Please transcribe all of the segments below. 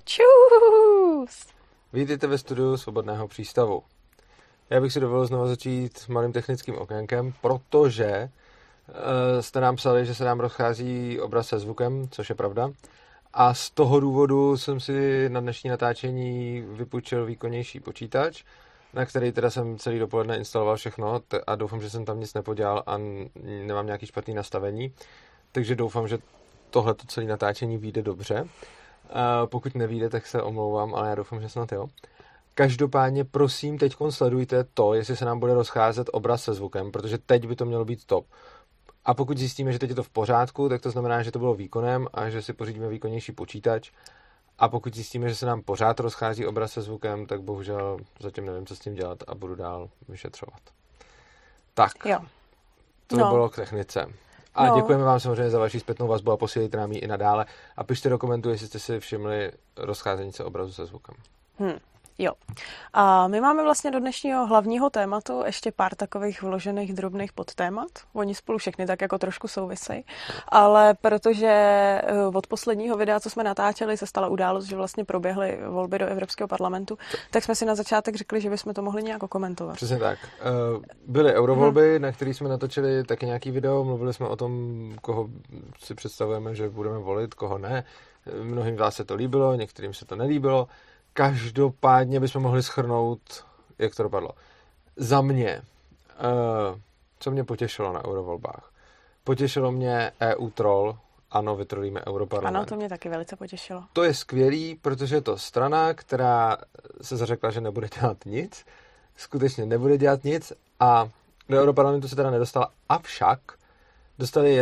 Čus! Vítejte ve studiu Svobodného přístavu. Já bych si dovolil znovu začít malým technickým okénkem, protože jste nám psali, že se nám rozchází obraz se zvukem, což je pravda. A z toho důvodu jsem si na dnešní natáčení vypůjčil výkonnější počítač, na který teda jsem celý dopoledne instaloval všechno a doufám, že jsem tam nic nepodělal a nemám nějaký špatný nastavení. Takže doufám, že tohleto celé natáčení vyjde dobře. Pokud nevyjde, tak se omlouvám, ale já doufám, že snad jo. Každopádně prosím, teď sledujte to, jestli se nám bude rozcházet obraz se zvukem, protože teď by to mělo být top. A pokud zjistíme, že teď je to v pořádku, tak to znamená, že to bylo výkonem a že si pořídíme výkonnější počítač. A pokud zjistíme, že se nám pořád rozchází obraz se zvukem, tak bohužel zatím nevím, co s tím dělat a budu dál vyšetřovat. Tak, jo. To bylo k technice. A děkujeme vám samozřejmě za vaši zpětnou vazbu a posílejte nám ji i nadále. A pište do komentů, jestli jste si všimli rozcházení se obrazu se zvukem. Jo. A my máme vlastně do dnešního hlavního tématu ještě pár takových vložených drobných podtémat. Oni spolu všechny tak jako trošku souvisejí. Ale protože od posledního videa, co jsme natáčeli, se stala událost, že vlastně proběhly volby do Evropského parlamentu, tak jsme si na začátek řekli, že bychom to mohli nějak komentovat. Přesně tak. Byly eurovolby, na kterých jsme natočili taky nějaký video. Mluvili jsme o tom, koho si představujeme, že budeme volit, koho ne. Mnohým z vás se to líbilo, některým se to nelíbilo. Každopádně bychom mohli shrnout, jak to dopadlo. Za mě, co mě potěšilo na eurovolbách? Potěšilo mě EU troll, ano, vytrolíme Europarlament. Ano, to mě taky velice potěšilo. To je skvělý, protože je to strana, která se zařekla, že nebude dělat nic, skutečně nebude dělat nic a do Europarlamentu se teda nedostala, avšak dostali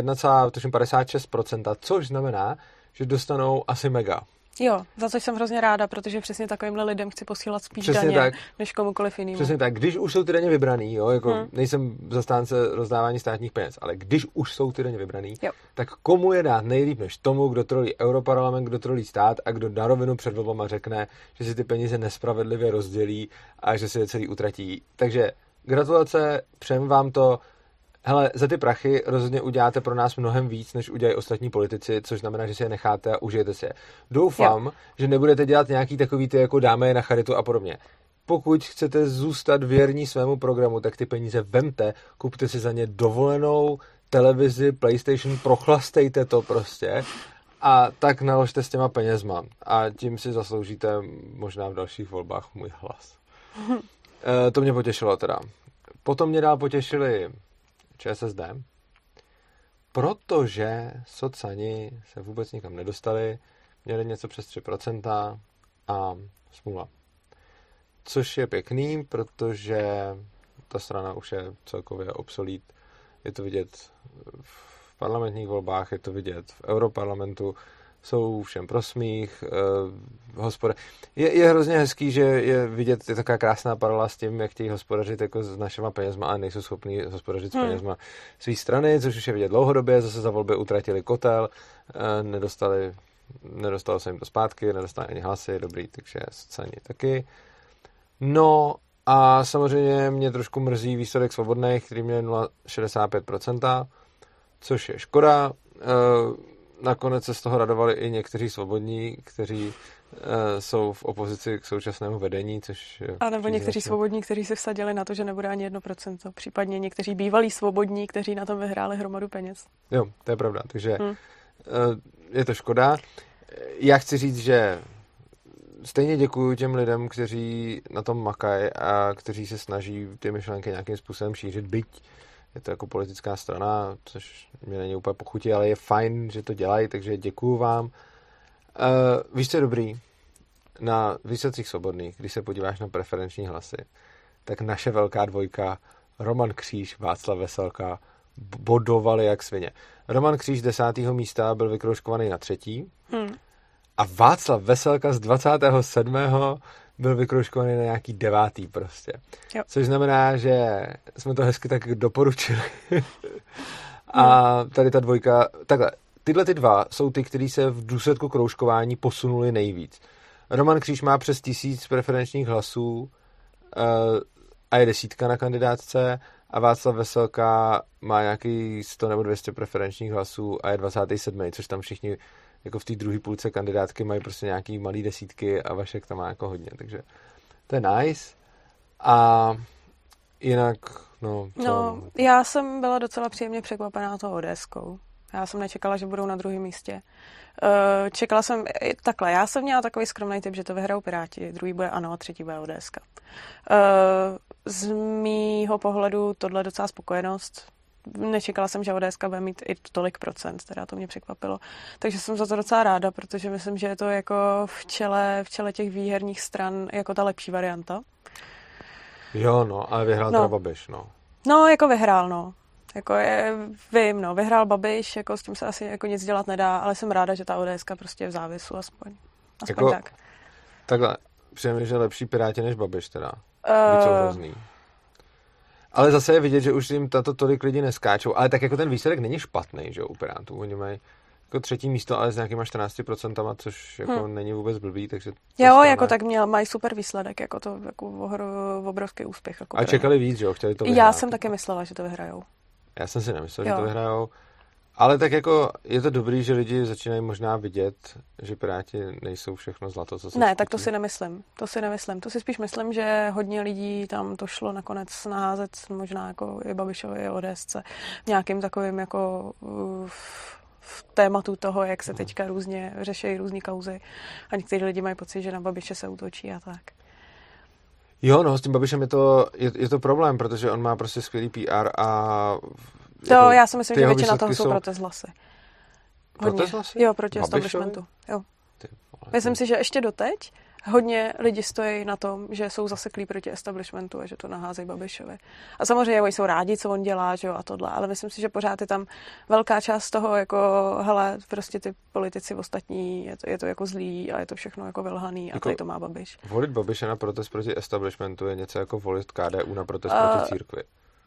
1,56%, což znamená, že dostanou asi mega. Jo, za což jsem hrozně ráda, protože přesně takovýmhle lidem chci posílat spíš přesně daně, tak. Než komukoliv jinému. Přesně tak. Když už jsou ty daně vybraný, jo, jako nejsem zastánce rozdávání státních peněz, ale když už jsou ty daně vybraný, tak komu je dát nejlíp než tomu, kdo trolí Europarlament, kdo trolí stát a kdo na rovinu před volbama řekne, že si ty peníze nespravedlivě rozdělí a že si je celý utratí. Takže gratulace, přejem vám to. Hele, za ty prachy rozhodně uděláte pro nás mnohem víc, než udělají ostatní politici, což znamená, že si je necháte a užijete si je. Doufám, že nebudete dělat nějaký takový ty, jako dáme je na charitu a podobně. Pokud chcete zůstat věrní svému programu, tak ty peníze vemte, kupte si za ně dovolenou, televizi, PlayStation, prochlastejte to prostě a tak naložte s těma penězma. A tím si zasloužíte možná v dalších volbách můj hlas. To mě potěšilo teda. Potom mě dál potěšili ČSSD, protože socani se vůbec nikam nedostali, měli něco přes 3% a smůla. Což je pěkný, protože ta strana už je celkově obsolít. Je to vidět v parlamentních volbách, je to vidět v Europarlamentu, jsou všem pro smích, je hrozně hezký, že je vidět, je taková krásná paralela s tím, jak chtějí hospodařit jako s našima penězma a nejsou schopní hospodařit s penězma své strany, což už je vidět dlouhodobě, zase za volby utratili kotel, nedostalo se jim to zpátky, nedostali ani hlasy, dobrý, takže sociální taky. No a samozřejmě mě trošku mrzí výsledek Svobodných, který měl 0,65%, což je škoda. Nakonec se z toho radovali i někteří svobodní, kteří jsou v opozici k současnému vedení, což... A nebo někteří svobodní, kteří se vsadili na to, že nebude ani 1%. Případně někteří bývalí svobodní, kteří na tom vyhráli hromadu peněz. Jo, to je pravda. Takže je to škoda. Já chci říct, že stejně děkuju těm lidem, kteří na tom makají a kteří se snaží ty myšlenky nějakým způsobem šířit, byť je to jako politická strana, což mě není úplně pochutí, ale je fajn, že to dělají, takže děkuju vám. Víš, co je dobrý? Na výsledcích Svobodných, když se podíváš na preferenční hlasy, tak naše velká dvojka, Roman Kříž, Václav Veselka, bodovali jak svině. Roman Kříž 10. místa byl vykroužkovaný na 3. A Václav Veselka z 27. byl vykroužkovaný na nějaký 9. prostě. Jo. Což znamená, že jsme to hezky tak doporučili. A tady ta dvojka, takhle, tyhle ty dva jsou ty, kteří se v důsledku kroužkování posunuli nejvíc. Roman Kříž má přes 1000 preferenčních hlasů a je 10 na kandidátce a Václav Veselka má nějaký 100 nebo 200 preferenčních hlasů a je 27, což tam všichni jako v té druhé půlce kandidátky mají prostě nějaký malý desítky a Vašek tam má jako hodně, takže to je nice. A jinak, No, já jsem byla docela příjemně překvapená tou ODSkou. Já jsem nečekala, že budou na druhém místě. Čekala jsem takhle, já jsem měla takový skromný typ, že to vyhrajou Piráti, druhý bude ANO a třetí bude ODSka. Z mýho pohledu tohle docela spokojenost. Nečekala jsem, že ODSka bude mít i tolik procent, teda to mě překvapilo. Takže jsem za to docela ráda, protože myslím, že je to jako v čele těch výherních stran jako ta lepší varianta. Jo, no, ale vyhrál teda Babiš, no. No, jako vyhrál, no. Jako vím, vyhrál Babiš, jako s tím se asi jako nic dělat nedá, ale jsem ráda, že ta ODSka prostě je v závisu, aspoň jako, tak. Takhle, přijeme, že lepší Piráti než Babiš teda. Víc hrozný. Ale zase je vidět, že už jim tato tolik lidí neskáčou, ale tak jako ten výsledek není špatný, že u Pirátů. Oni mají jako třetí místo, ale s nějakýma 14%, což jako není vůbec blbý, takže... Jo, jako tak mají super výsledek, jako to jako obrovský úspěch. Jako a čekali víc, že jo, chtěli to vyhrát. Já jsem taky myslela, že to vyhrajou. Já jsem si nemyslel, že to vyhrajou. Ale tak jako je to dobrý, že lidi začínají možná vidět, že Piráti nejsou všechno zlato, co se Ne, tak to si nemyslím. To si spíš myslím, že hodně lidí tam to šlo nakonec naházet možná jako i Babišovi, i ODSce nějakým takovým jako v tématu toho, jak se teďka různě řeší různý kauzy a někteří lidi mají pocit, že na Babiše se útočí a tak. Jo, no, s tím Babišem je to problém, protože on má prostě skvělý PR a... To jako, já si myslím, že většina toho jsou protest hlasy. Protest hlasy? Jo, proti establishmentu. Jo. Myslím si, že ještě doteď hodně lidi stojí na tom, že jsou zaseklí proti establishmentu a že to naházejí Babišovi. A samozřejmě oni jsou rádi, co on dělá, že jo, a tohle, ale myslím si, že pořád je tam velká část toho, jako, hele, prostě ty politici ostatní, je to jako zlý a je to všechno jako vylhaný a jako tady to má Babiš. Volit Babiše na protest proti establishmentu je něco jako volit KDU na protest proti církvi.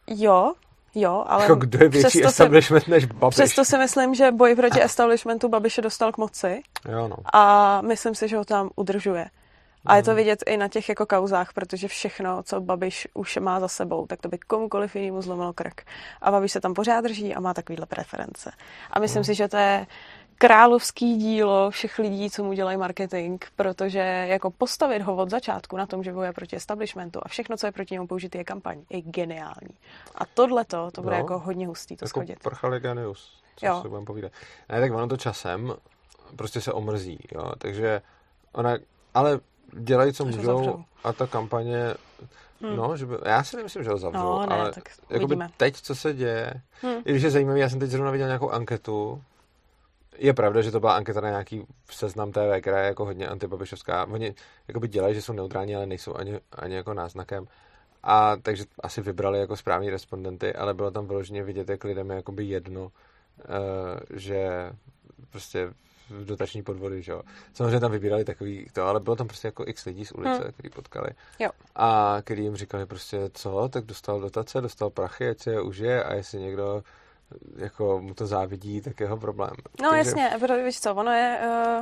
Jo, ale jako kdo je větší establishment než Babiš? Přesto si myslím, že boj proti establishmentu Babiše dostal k moci. Jo, no. A myslím si, že ho tam udržuje. A je to vidět i na těch jako kauzách, protože všechno, co Babiš už má za sebou, tak to by komukoliv jinému zlomilo krk. A Babiš se tam pořád drží a má takovýhle preference. A myslím si, že to je královský dílo všech lidí, co mu dělají marketing, protože jako postavit ho od začátku na tom, že boje proti establishmentu a všechno, co je proti němu použitý, je kampaň, je geniální. A tohleto, to bude jako hodně hustý to jako schodit. Prchal genius, co se budeme povídat. Ne, tak ono to časem prostě se omrzí, jo, takže ale dělají, co můžou a ta kampaně, já si nemyslím, že ho zavřou, ale jakoby teď, co se děje, i když je zajímavý, já jsem teď zrovna viděl nějakou anketu. Je pravda, že to byla anketa na nějaký Seznam TV, která je jako hodně antibabišovská. Oni jakoby dělají, že jsou neutrální, ale nejsou ani jako náznakem. A takže asi vybrali jako správní respondenty, ale bylo tam vyloženě vidět, jak lidem je jakoby jedno, že prostě dotační podvody, že jo. Samozřejmě tam vybírali takový to, ale bylo tam prostě jako x lidí z ulice, který potkali. Jo. A který jim říkali prostě, co, tak dostal dotace, dostal prachy, ať se je užije a jestli někdo jako mu to závidí, tak jeho problém. No takže... jasně, víš co, ono je...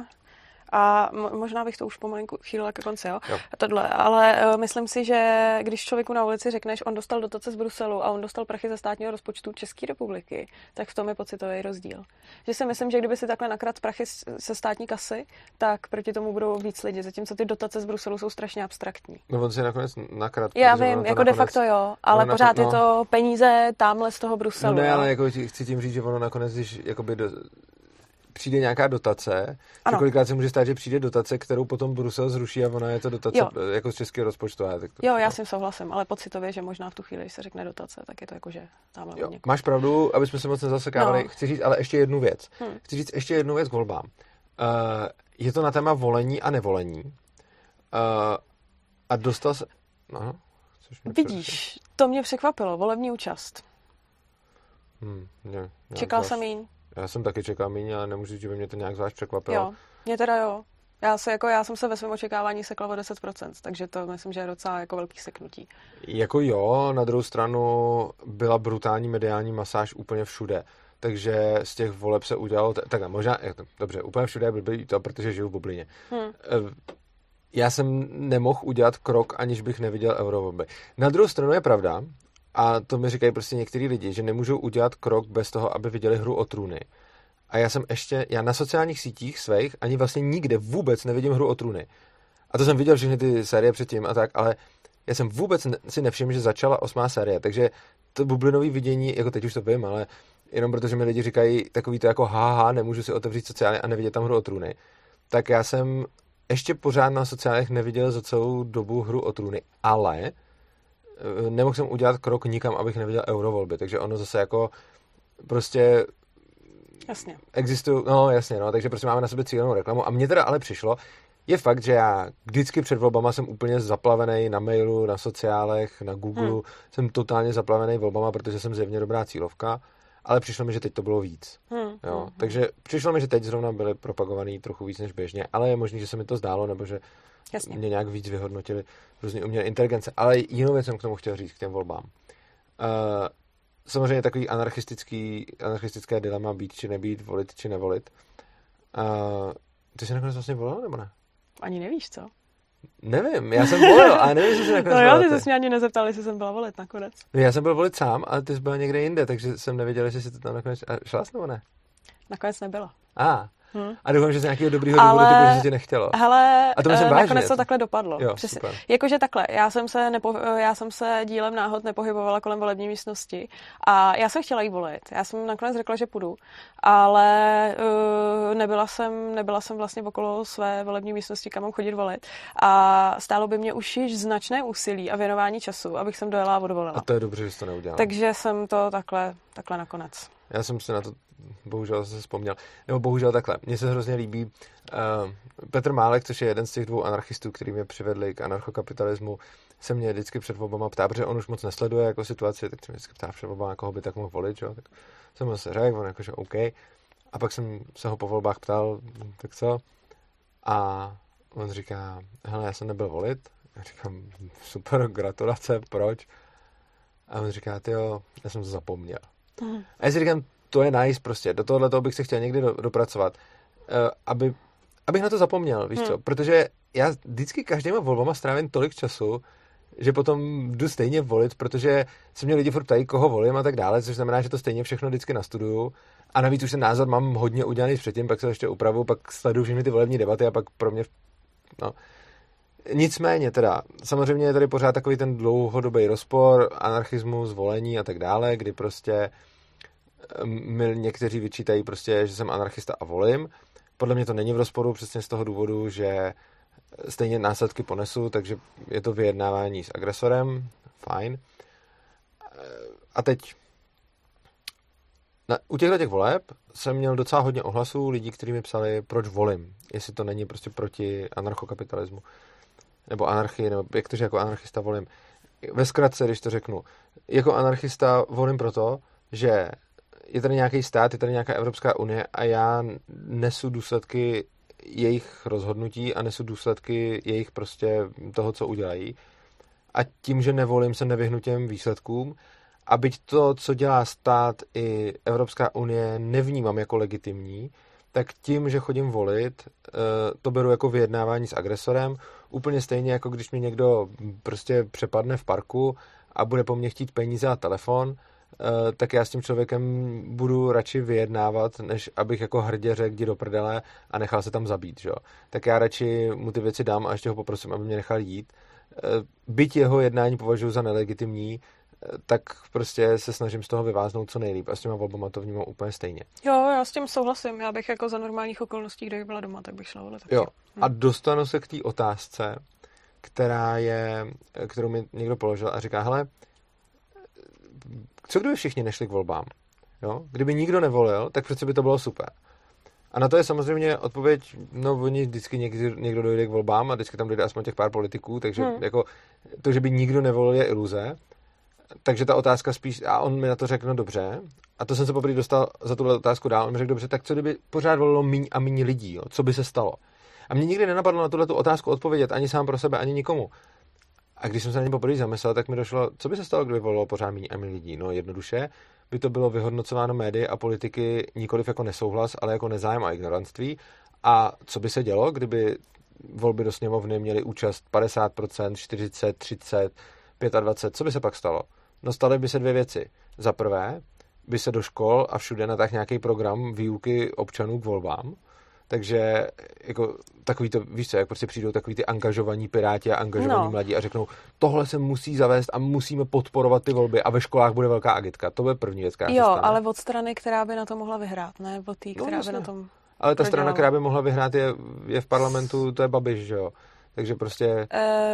A možná bych to už pomalinku chýlila ke konci, jo? Tohle, ale myslím si, že když člověku na ulici řekneš, on dostal dotace z Bruselu a on dostal prachy ze státního rozpočtu České republiky, tak v tom je pocitový rozdíl. Že si myslím, že kdyby si takhle nakradl prachy ze státní kasy, tak proti tomu budou víc lidi, zatímco ty dotace z Bruselu jsou strašně abstraktní. No on si nakonec nakradl. Já vím, jako nakonec... de facto jo, ale pořád je to peníze tamhle z toho Bruselu. No ne, ale jako chci tím říct, že ono nakonec, když jakoby přijde nějaká dotace, že kolikrát se může stát, že přijde dotace, kterou potom Brusel zruší a ona je to dotace jako z českého rozpočtu. Já s tím souhlasím, ale pocitově, že možná v tu chvíli, když se řekne dotace, tak je to jako, že tamhle jo, máš pravdu, aby jsme se moc nezasekávali. No. Chci říct ale ještě jednu věc. Chci říct ještě jednu věc k volbám. Je to na téma volení a nevolení. A dostal se... No, vidíš, to mě překvapilo, volební účast. Čekal jsem jí. Já jsem taky čekal míň, ale nemůžu říct, že by mě to nějak zvlášť překvapilo. Jo, mě teda jo. Já jsem se ve svém očekávání sekla o 10%, takže to myslím, že je docela jako velký seknutí. Jako jo, na druhou stranu byla brutální mediální masáž úplně všude. Takže z těch voleb se udělalo, tak možná, dobře, úplně všude by to, protože žiju v bublině. Já jsem nemohl udělat krok, aniž bych neviděl eurovolby. Na druhou stranu je pravda, a to mi říkají prostě některý lidi, že nemůžou udělat krok bez toho, aby viděli Hru o trůny. A já na sociálních sítích svých ani vlastně nikde vůbec nevidím Hru o trůny. A to jsem viděl všechny ty série předtím a tak, ale já jsem vůbec si nevšiml, že začala 8. série, takže to bublinový vidění, jako teď už to vím, ale jenom protože mi lidi říkají takový to jako haha, nemůžu si otevřít sociálně a nevidět tam Hru o trůny, tak já jsem ještě pořád na sociálech neviděl za celou dobu Hru o trůny, ale nemohl jsem udělat krok nikam, abych neviděl eurovolby, takže ono zase jako prostě Jasně. existují, no jasně, no, takže prostě máme na sebe cílenou reklamu a mně teda ale přišlo, je fakt, že já vždycky před volbama jsem úplně zaplavený na mailu, na sociálech, na Google, jsem totálně zaplavený volbama, protože jsem zjevně dobrá cílovka, ale přišlo mi, že teď to bylo víc. Jo. Takže přišlo mi, že teď zrovna byly propagovaný trochu víc než běžně, ale je možný, že se mi to zdálo, nebo že mě nějak víc vyhodnotili různý umělé inteligence. Ale jinou věc jsem k tomu chtěl říct, k těm volbám. Samozřejmě takový anarchistické dilema být či nebýt, volit či nevolit. Ty jsi nakonec vlastně volil, nebo ne? Ani nevíš, co? Nevím, já jsem volil, ale nevím, že jsi nakonec volil. No jo, ty jsi mě ani nezeptal, jestli jsem byla volit nakonec. Já jsem byl volit sám, ale ty jsi byl někde jinde, takže jsem nevěděl, jestli jsi to tam nakonec šla nebo ne. Nakonec nebyla. A doufám, že z nějakého dobrýho důvodu typu, že se ti nechtělo. Hele, a to myslím nakonec to takhle dopadlo. Jo, jakože takhle, já jsem se dílem náhod nepohybovala kolem volební místnosti a já jsem chtěla jít volit. Já jsem nakonec řekla, že půjdu, ale nebyla jsem vlastně okolo své volební místnosti, kam mám chodit volit. A stálo by mě už již značné úsilí a věnování času, abych jsem dojela a odvolila. A to je dobře, že jsi to neudělala. Takže jsem to takhle nakonec. Já jsem si na to bohužel se vzpomněl. Nebo bohužel takhle. Mně se hrozně líbí Petr Málek, což je jeden z těch 2 anarchistů, který mě přivedli k anarchokapitalismu, se mě vždycky před volbama ptá, protože on už moc nesleduje jako situaci, tak se mě vždycky ptá před volbama, koho by tak mohl volit, jo? Tak jsem mu se řekl, on jakože OK. A pak jsem se ho po volbách ptal, tak co? A on říká, hele, já jsem nebyl volit. Já říkám, super, gratulace, proč? A on říká, tyjo, já jsem to zapomněl. A já si říkám, to je nice prostě, do tohoto bych se chtěl někdy dopracovat, abych na to zapomněl, víš co, protože já vždycky každýma volbama strávím tolik času, že potom jdu stejně volit, protože se mě lidi furt ptají, koho volím a tak dále, což znamená, že to stejně všechno vždycky nastuduju a navíc už ten názor mám hodně udělaný předtím, pak se ještě upravuju, pak sleduju všechny ty volební debaty a pak pro mě, no. Nicméně teda, samozřejmě je tady pořád takový ten dlouhodobý rozpor, anarchismus, volení a tak dále, kdy prostě mi někteří vyčítají prostě, že jsem anarchista a volím. Podle mě to není v rozporu přesně z toho důvodu, že stejně následky ponesu, takže je to vyjednávání s agresorem, fajn. A teď u těchto voleb jsem měl docela hodně ohlasů lidí, kteří mi psali, proč volím, jestli to není prostě proti anarchokapitalismu, nebo anarchii, nebo jak to, že jako anarchista volím. Ve zkratce, když to řeknu, jako anarchista volím proto, že je tady nějaký stát, je tady nějaká Evropská unie a já nesu důsledky jejich rozhodnutí a nesu důsledky jejich prostě toho, co udělají. A tím, že nevolím, se nevyhnu těm výsledkům. A byť to, co dělá stát i Evropská unie, nevnímám jako legitimní, tak tím, že chodím volit, to beru jako vyjednávání s agresorem. Úplně stejně, jako když mi někdo prostě přepadne v parku a bude po mně chtít peníze a telefon, tak já s tím člověkem budu radši vyjednávat, než abych jako hrdě řekl, jdi do prdele a nechal se tam zabít, že jo. Tak já radši mu ty věci dám a ještě ho poprosím, aby mě nechal jít. Byť jeho jednání považuji za nelegitimní, tak prostě se snažím z toho vyváznout co nejlíp a s těma volbama to vnímám úplně stejně. Jo, já s tím souhlasím. Já bych jako za normálních okolností, kdybych byla doma, tak bych šla volit. Jo. A dostanu se k té otázce, kterou mi někdo položil a říká, hele, co kdyby všichni nešli k volbám? Jo? Kdyby nikdo nevolil, tak přece by to bylo super. A na to je samozřejmě odpověď, no oni vždycky někdo dojde k volbám a vždycky tam dojde aspoň těch pár politiků, takže jako to, že by nikdo nevolil, je iluze. Takže ta otázka spíš, a on mi na to řekl, no dobře, a to jsem se poprvé dostal za tuhle otázku dál, on mi řekl, dobře, tak co kdyby pořád volilo míň a míň lidí, jo? Co by se stalo? A mě nikdy nenapadlo na tuhle otázku odpovědět ani sám pro sebe, ani nikomu. A když jsem se na ně poprvé zamyslel, tak mi došlo, co by se stalo, kdyby volilo pořád míň a míň lidí. No jednoduše by to bylo vyhodnocováno médii a politiky nikoliv jako nesouhlas, ale jako nezájem a ignorantství. A co by se dělo, kdyby volby do sněmovny měly účast 50%, 40, 30, 25, co by se pak stalo? No staly by se dvě věci. Za prvé, by se do škol a všude natáhl nějaký program výuky občanů k volbám. Takže jako takový to, víš co, jak prostě přijdou takový ty angažovaní piráti a angažovaní mladí a řeknou, tohle se musí zavést a musíme podporovat ty volby a ve školách bude velká agitka. To bude první věc, která se stane. Ale od strany, která by na to mohla vyhrát, ne? Od té, která by na tom ale ta strana, která by mohla vyhrát, je v parlamentu, to je Babiš, že jo? Takže prostě...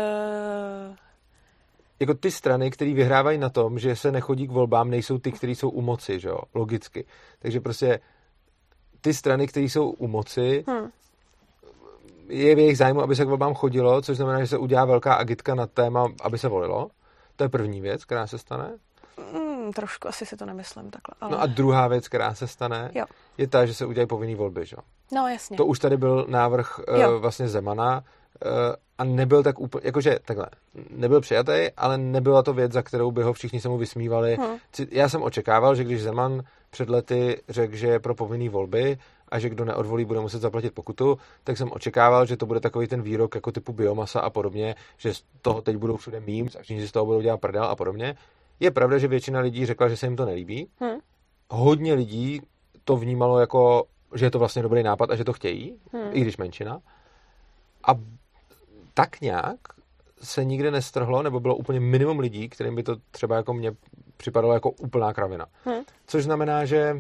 Jako ty strany, které vyhrávají na tom, že se nechodí k volbám, nejsou ty, které jsou u moci, že jo? Logicky. Takže prostě ty strany, které jsou u moci, je v jejich zájmu, aby se k volbám chodilo, což znamená, že se udělá velká agitka na téma, aby se volilo. To je první věc, která se stane. Trošku asi si to nemyslím takhle. Ale... No a druhá věc, která se stane, je ta, že se udělají povinný volby, že jo? No jasně. To už tady byl návrh vlastně Zemana a nebyl tak úplně, jakože takhle, nebyl přijatý, ale nebyla to věc, za kterou by ho všichni se mu vysmívali. Já jsem očekával, že když Zeman před lety řekl, že je pro povinný volby a že kdo neodvolí, bude muset zaplatit pokutu, tak jsem očekával, že to bude takový ten výrok jako typu biomasa a podobně, že z toho teď budou všude memes a všichni si z toho budou dělat prdel a podobně. Je pravda, že většina lidí řekla, že se jim to nelíbí. Hodně lidí to vnímalo jako, že je to vlastně dobrý nápad a že to chtějí, i když menšina. A tak nějak se nikde nestrhlo, nebo bylo úplně minimum lidí, kterým by to třeba jako mně připadalo jako úplná kravina. Což znamená, že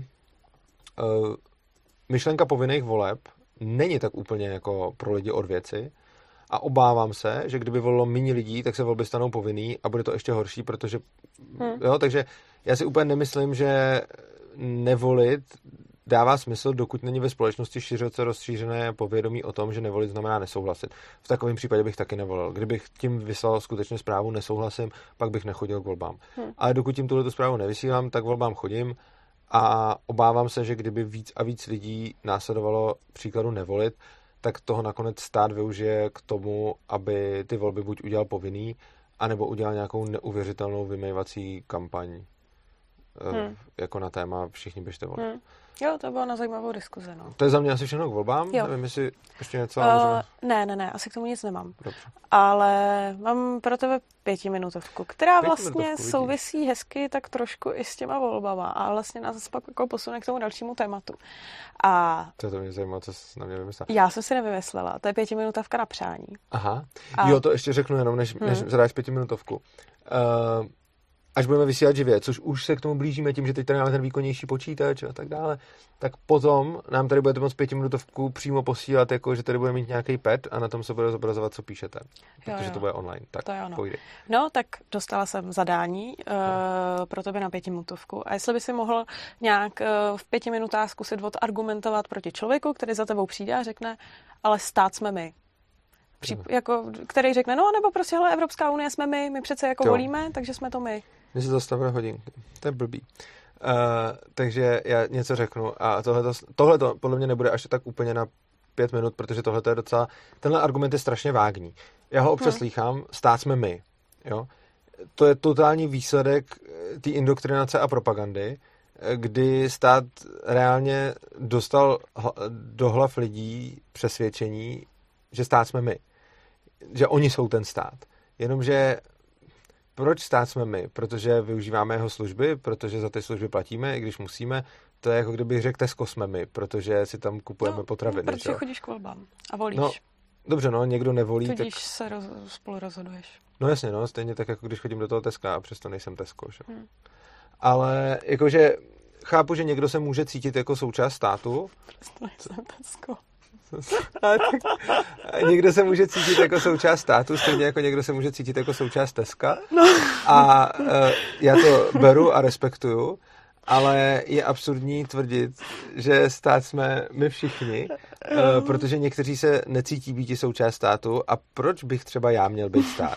myšlenka povinných voleb není tak úplně jako pro lidi od věci a obávám se, že kdyby volilo méně lidí, tak se volby stanou povinný a bude to ještě horší, protože jo, takže já si úplně nemyslím, že nevolit dává smysl, dokud není ve společnosti široce rozšířené povědomí o tom, že nevolit znamená nesouhlasit. V takovém případě bych taky nevolil. Kdybych tím vyslal skutečně zprávu nesouhlasím, pak bych nechodil k volbám. Ale dokud tím tuhletu zprávu nevysílám, tak volbám chodím a obávám se, že kdyby víc a víc lidí následovalo příkladu nevolit, tak toho nakonec stát využije k tomu, aby ty volby buď udělal povinný, anebo udělal nějakou neuvěřitelnou vymejvací kampaň jako na téma všichni běžte volit. Jo, to bylo na zajímavou diskuzi, no. To je za mě asi všechno k volbám? Jo. Nevím, jestli ještě něco... Ne, asi k tomu nic nemám. Dobře. Ale mám pro tebe 5minutovku, která vlastně souvisí hezky tak trošku i s těma volbama a vlastně nás pak jako posune k tomu dalšímu tématu. A to mě zajímá, co jsi na mě vymyslela. Já jsem si nevymyslela, to je 5minutovka na přání. Aha, jo, to ještě řeknu jenom, než zadáš 5minutovku. Až budeme vysílat živě, což už se k tomu blížíme tím, že teď tady máme ten výkonnější počítač a tak dále, tak potom nám tady budete moct 5minutovku přímo posílat, jako že tady bude mít nějaký pad a na tom se bude zobrazovat, co píšete. Protože to bude online. Tak to je ono. Pojde. No, tak dostala jsem zadání pro tebe na 5minutovku. A jestli by si mohl nějak v 5 minutách zkusit odargumentovat proti člověku, který za tebou přijde a řekne, ale stát jsme my. Jako, který řekne, no nebo prostě, hele, Evropská unie jsme my přece jako volíme, takže jsme to my. Mně se zastavuje hodinky. To je blbý. Takže já něco řeknu a tohle podle mě nebude až tak úplně na 5 minut, protože tohle je docela, tenhle argument je strašně vágní. Já ho občas slýchám, stát jsme my. Jo? To je totální výsledek té indoktrinace a propagandy, kdy stát reálně dostal do hlav lidí přesvědčení, že stát jsme my. Že oni jsou ten stát. Jenomže proč stát jsme my? Protože využíváme jeho služby, protože za ty služby platíme, i když musíme. To je jako kdybych řekl, Tesco jsme my, protože si tam kupujeme potraviny. Protože chodíš k volbám a volíš. No, dobře, no, někdo nevolí. Tudíž se spolu rozhoduješ. No jasně, no, stejně tak, jako když chodím do toho Teska a přesto nejsem Tesco. Že? Ale jakože chápu, že někdo se může cítit jako součást státu. Přesto nejsem Tesco. Někdo se může cítit jako součást státu, stejně jako někdo se může cítit jako součást Teska. A já to beru a respektuju, ale je absurdní tvrdit, že stát jsme my všichni, protože někteří se necítí být součást státu a proč bych třeba já měl být stát?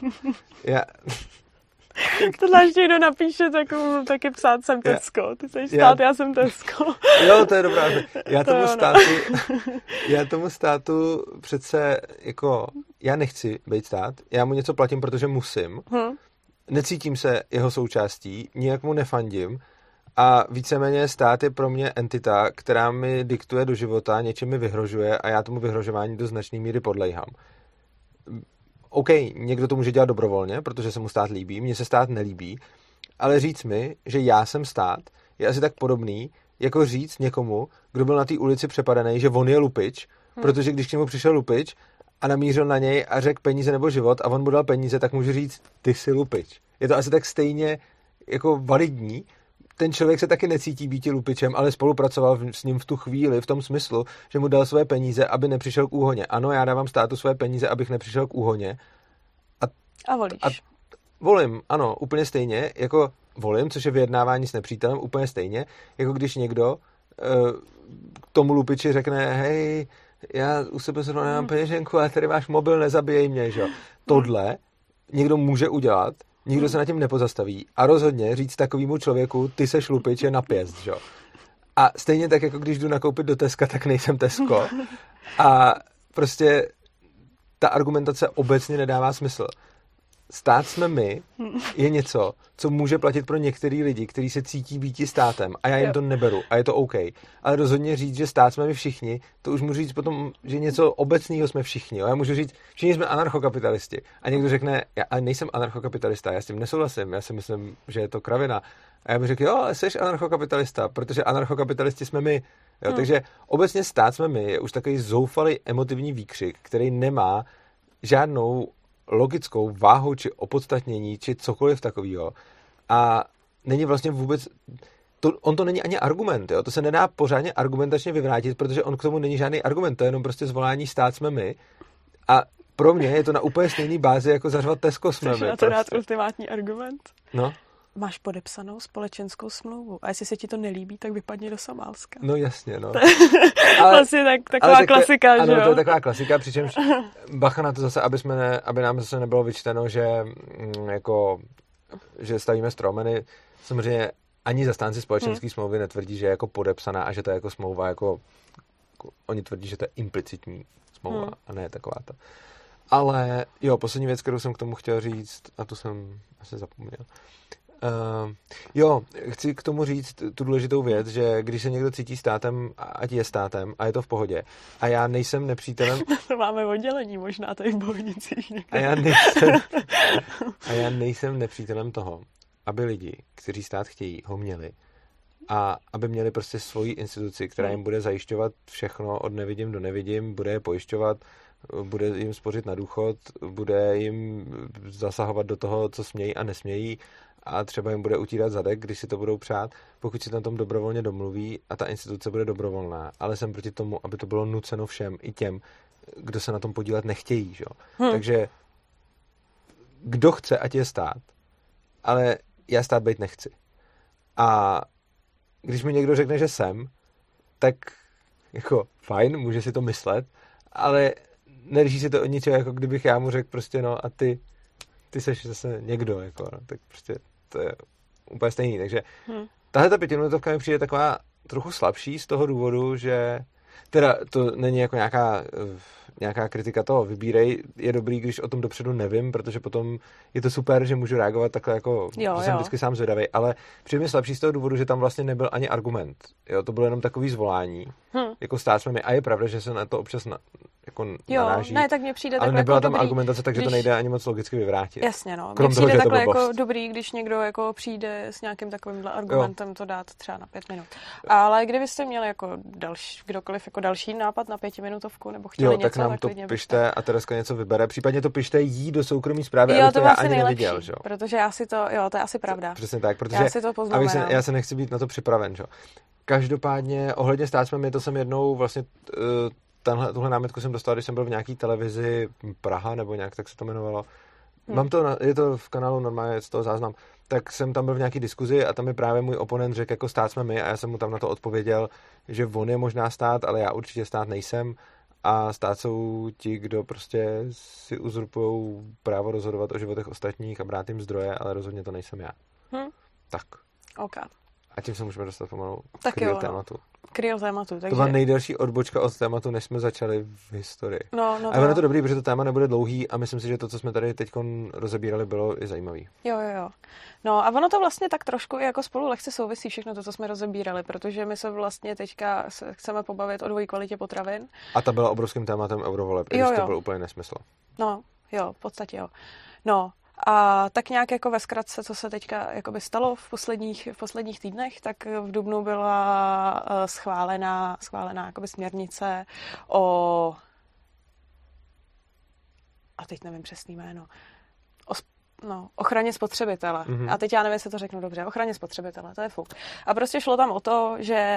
Tohle ještě někdo napíše, taky psát jsem Tesco. Ty jsi stát, já jsem Tesco. Jo, to je dobrá. Já tomu státu přece jako, já nechci být stát, já mu něco platím, protože musím. Necítím se jeho součástí, nijak mu nefandím a víceméně stát je pro mě entita, která mi diktuje do života, něčem mi vyhrožuje a já tomu vyhrožování do značné míry podléhám. OK, někdo to může dělat dobrovolně, protože se mu stát líbí, mně se stát nelíbí, ale říct mi, že já jsem stát, je asi tak podobný, jako říct někomu, kdo byl na té ulici přepadaný, že on je lupič, protože když k němu přišel lupič a namířil na něj a řekl peníze nebo život a on mu dal peníze, tak může říct, ty jsi lupič. Je to asi tak stejně jako validní. Ten člověk se taky necítí být lupičem, ale spolupracoval s ním v tu chvíli v tom smyslu, že mu dal své peníze, aby nepřišel k úhoně. Ano, já dávám státu své peníze, abych nepřišel k úhoně. A volíš. A volím, ano, úplně stejně, jako volím, což je vyjednávání s nepřítelem, úplně stejně, jako když někdo k tomu lupiči řekne, hej, já u sebe zrovna nemám peněženku, ale tady máš mobil, nezabijej mě, že jo. Tohle někdo může udělat, nikdo se na tím nepozastaví a rozhodně říct takovému člověku, ty seš lupič, je na pěst, že jo. A stejně tak, jako když jdu nakoupit do Teska, tak nejsem Tesko. A prostě ta argumentace obecně nedává smysl. Stát jsme my je něco, co může platit pro některý lidi, kteří se cítí býti státem a já jim to neberu a je to OK. Ale rozhodně říct, že stát jsme my všichni, to už můžu říct potom, že něco obecného jsme všichni. Jo? Já můžu říct, všichni jsme anarchokapitalisti. A někdo řekne, já nejsem anarchokapitalista, já s tím nesouhlasím, já si myslím, že je to kravina. A já bych řekl, jo, ale jsi anarchokapitalista, protože anarchokapitalisti jsme my. Jo? Takže obecně stát jsme my je už takový zoufalý emotivní výkřik, který nemá žádnou logickou váhu, či opodstatnění, či cokoliv takového. A není vlastně vůbec... On to není ani argument, jo? To se nedá pořádně argumentačně vyvrátit, protože on k tomu není žádný argument, to je jenom prostě zvolání stát jsme my. A pro mě je to na úplně stejný bázi, jako zařvat Tesco jsme my. Chceš na to dát ultimátní argument? No. Máš podepsanou společenskou smlouvu. A jestli se ti to nelíbí, tak vypadni do Somálska. No jasně, no. Vlastně taková klasika, ano, že jo? Ano, to je taková klasika, přičemž bacha na to zase, aby nám zase nebylo vyčteno, že že stavíme stromeny. Samozřejmě ani zastánci společenské smlouvy netvrdí, že je jako podepsaná a že to je jako smlouva, jako oni tvrdí, že to je implicitní smlouva a ne taková ta. Ale jo, poslední věc, kterou jsem k tomu chtěl říct, a tu jsem asi zapomněl. Chci k tomu říct tu důležitou věc, že když se někdo cítí státem, ať je státem a je to v pohodě. A já nejsem nepřítelem... To máme oddělení možná tady v Bohnicích. A já nejsem nepřítelem toho, aby lidi, kteří stát chtějí, ho měli. A aby měli prostě svoji instituci, která jim bude zajišťovat všechno od nevidím do nevidím, bude je pojišťovat, bude jim spořit na důchod, bude jim zasahovat do toho, co smějí a nesmějí, a třeba jim bude utírat zadek, když si to budou přát, pokud si na tom dobrovolně domluví a ta instituce bude dobrovolná. Ale jsem proti tomu, aby to bylo nuceno všem, i těm, kdo se na tom podílet nechtějí. Že? Takže kdo chce, ať je stát, ale já stát být nechci. A když mi někdo řekne, že jsem, tak jako fajn, může si to myslet, ale neliší se to od ničeho, jako kdybych já mu řekl prostě no a ty seš zase někdo, jako, no, tak prostě to je úplně stejný. Takže tahle ta 5minutovka mi přijde taková trochu slabší z toho důvodu, že teda to není jako nějaká kritika toho, vybírej, je dobrý, když o tom dopředu nevím, protože potom je to super, že můžu reagovat takhle jako, jsem vždycky sám zvědavý, ale přijde mi slabší z toho důvodu, že tam vlastně nebyl ani argument. Jo, to bylo jenom takový zvolání, jako stát jsme my, a je pravda, že se na to občas naráží. Ne, tak mně přijde ale takhle nebyla jako tam dobrý, argumentace, takže to nejde ani moc logicky vyvrátit. Jasně, no. Krom Mně toho, přijde že takhle to jako dobrý, když někdo jako přijde s nějakým takovýmhle argumentem to dát třeba na 5 minut. Ale kdybyste měli jako kdokoliv jako další nápad na 5minutovku nebo chtěli něco, tak nám to pište a Tereska něco vybere. Případně to pište jí do soukromý zprávy, abych to já ani neviděl. Že? Protože já si to, to je asi pravda. Přesně tak, protože já si to poznamenám. Já se nechci být na to připraven. Že? Každopádně ohledně stát jsme my, to jsem jednou vlastně tuhle námitku jsem dostal, když jsem byl v nějaký televizi Praha, nebo nějak tak se to jmenovalo. Je to v kanálu normálně z toho záznam. Tak jsem tam byl v nějaký diskuzi a tam mi právě můj oponent řekl, jako stát jsme my, a já jsem mu tam na to odpověděl, že on je možná stát, ale já určitě stát nejsem, a stát jsou ti, kdo prostě si uzurpujou právo rozhodovat o životech ostatních a brát jim zdroje, ale rozhodně to nejsem já. Tak. OK. A tím se můžeme dostat pomalu k tématu. Takže... To byla nejdelší odbočka od tématu, než jsme začali v historii. No, a ono to dobrý, protože to téma nebude dlouhý a myslím si, že to, co jsme tady teď rozebírali, bylo i zajímavý. Jo. No a ono to vlastně tak trošku jako spolu lehce souvisí všechno to, co jsme rozebírali, protože my se vlastně teďka chceme pobavit o dvojí kvalitě potravin. A ta byla obrovským tématem eurovoleb, když to byl úplně nesmysl. No, jo, v podstatě jo. No, A tak nějak jako ve zkratce, co se teďka jakoby stalo v posledních týdnech, tak v dubnu byla schválená jakoby směrnice o, a teď nevím přesný jméno, ochraně spotřebitele. Mm-hmm. A teď já nevím, jestli to řeknu dobře. Ochraně spotřebitele, to je fuk. A prostě šlo tam o to, že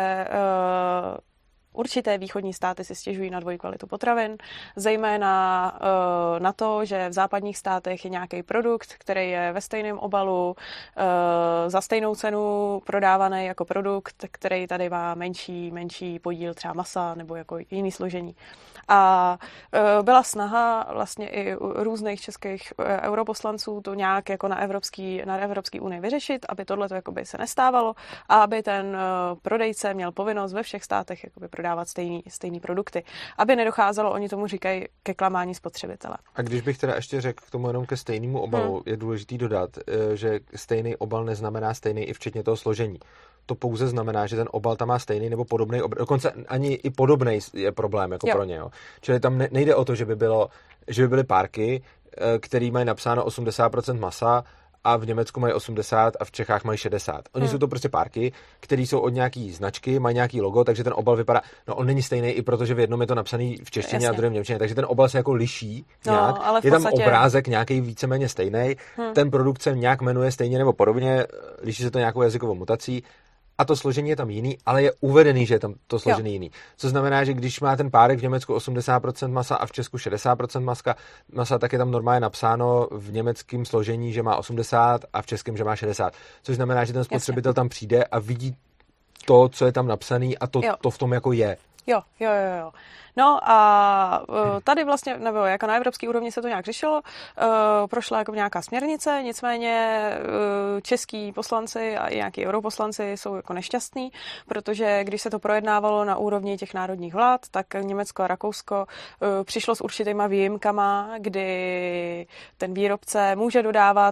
určité východní státy si stěžují na dvojí kvalitu potravin, zejména na to, že v západních státech je nějaký produkt, který je ve stejném obalu, za stejnou cenu prodávaný jako produkt, který tady má menší podíl třeba masa nebo jako jiný složení. A byla snaha vlastně i různých českých europoslanců to nějak jako na Evropské unii vyřešit, aby tohle jakoby se nestávalo a aby ten prodejce měl povinnost ve všech státech jakoby prodávat stejný produkty. Aby nedocházelo, oni tomu říkají, ke klamání spotřebitele. A když bych teda ještě řekl k tomu jenom ke stejnému obalu, je důležitý dodat, že stejný obal neznamená stejný i včetně toho složení. To pouze znamená, že ten obal tam má stejný nebo podobný obal. Dokonce ani i podobný je problém jako pro ně. Jo. Čili tam nejde o to, že by byly párky, které mají napsáno 80% masa a v Německu mají 80 a v Čechách mají 60. Oni jsou to prostě párky, které jsou od nějaký značky, mají nějaký logo, takže ten obal vypadá, on není stejný i protože v jednom je to napsaný v češtině a v druhém v němčině, takže ten obal se jako liší nějak. Ale je tam obrázek nějaký víceméně stejný, ten produkt se nějak jmenuje stejně nebo podobně, liší se to nějakou jazykovou mutací. A to složení je tam jiný, ale je uvedený, že je tam to složení jiný. Co znamená, že když má ten párek v Německu 80% masa a v Česku 60% masa, tak je tam normálně napsáno v německém složení, že má 80 a v českém, že má 60. Což znamená, že ten spotřebitel tam přijde a vidí to, co je tam napsaný a to v tom jako je. Jo. No a tady vlastně, nebo jako na evropské úrovni se to nějak řešilo, prošla jako nějaká směrnice, nicméně český poslanci a i nějaký europoslanci jsou jako nešťastní, protože když se to projednávalo na úrovni těch národních vlád, tak Německo a Rakousko přišlo s určitýma výjimkama, kdy ten výrobce může dodávat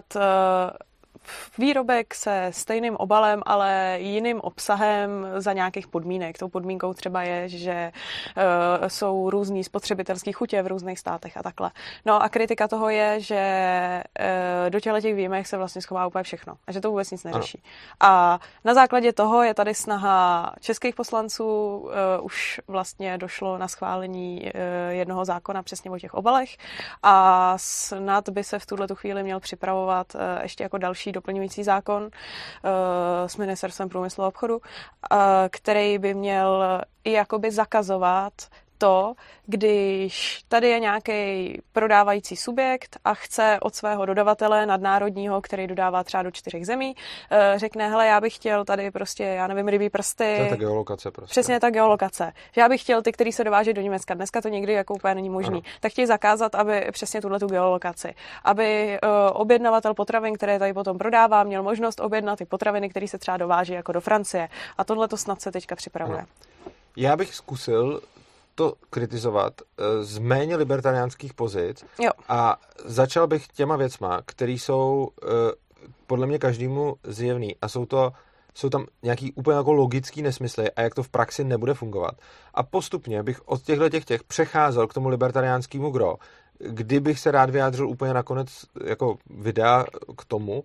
výrobek se stejným obalem, ale jiným obsahem za nějakých podmínek. Tou podmínkou třeba je, že jsou různý spotřebitelský chutě v různých státech a takhle. No a kritika toho je, že do těch výjimek se vlastně schová úplně všechno a že to vůbec nic neřeší. A na základě toho je tady snaha českých poslanců, už vlastně došlo na schválení jednoho zákona přesně o těch obalech a snad by se v tuhletu chvíli měl připravovat ještě jako další doplňující zákon s Ministerstvem průmyslu a obchodu, který by měl i jakoby zakazovat to, když tady je nějaký prodávající subjekt a chce od svého dodavatele nadnárodního, který dodává třeba do 4 zemí, řekne, hele, já bych chtěl tady prostě, já nevím, rybí prsty. To je ta geolokace prostě. Přesně ta geolokace. Že já bych chtěl ty, který se dováží do Německa. Dneska to nikdy jako úplně není možný. Ano. Tak chtějí zakázat, aby přesně tuhletu geolokaci. Aby objednavatel potravin, které tady potom prodává, měl možnost objednat ty potraviny, které se třeba dováží jako do Francie. A tohle to snad se teďka připravuje. Ano. Já bych zkusil to kritizovat z méně libertariánských pozic a začal bych těma věcma, které jsou podle mě každému zjevný a jsou tam nějaký úplně jako logický nesmysly a jak to v praxi nebude fungovat. A postupně bych od těch přecházel k tomu libertariánskému gro, kdybych se rád vyjádřil úplně nakonec jako videa k tomu,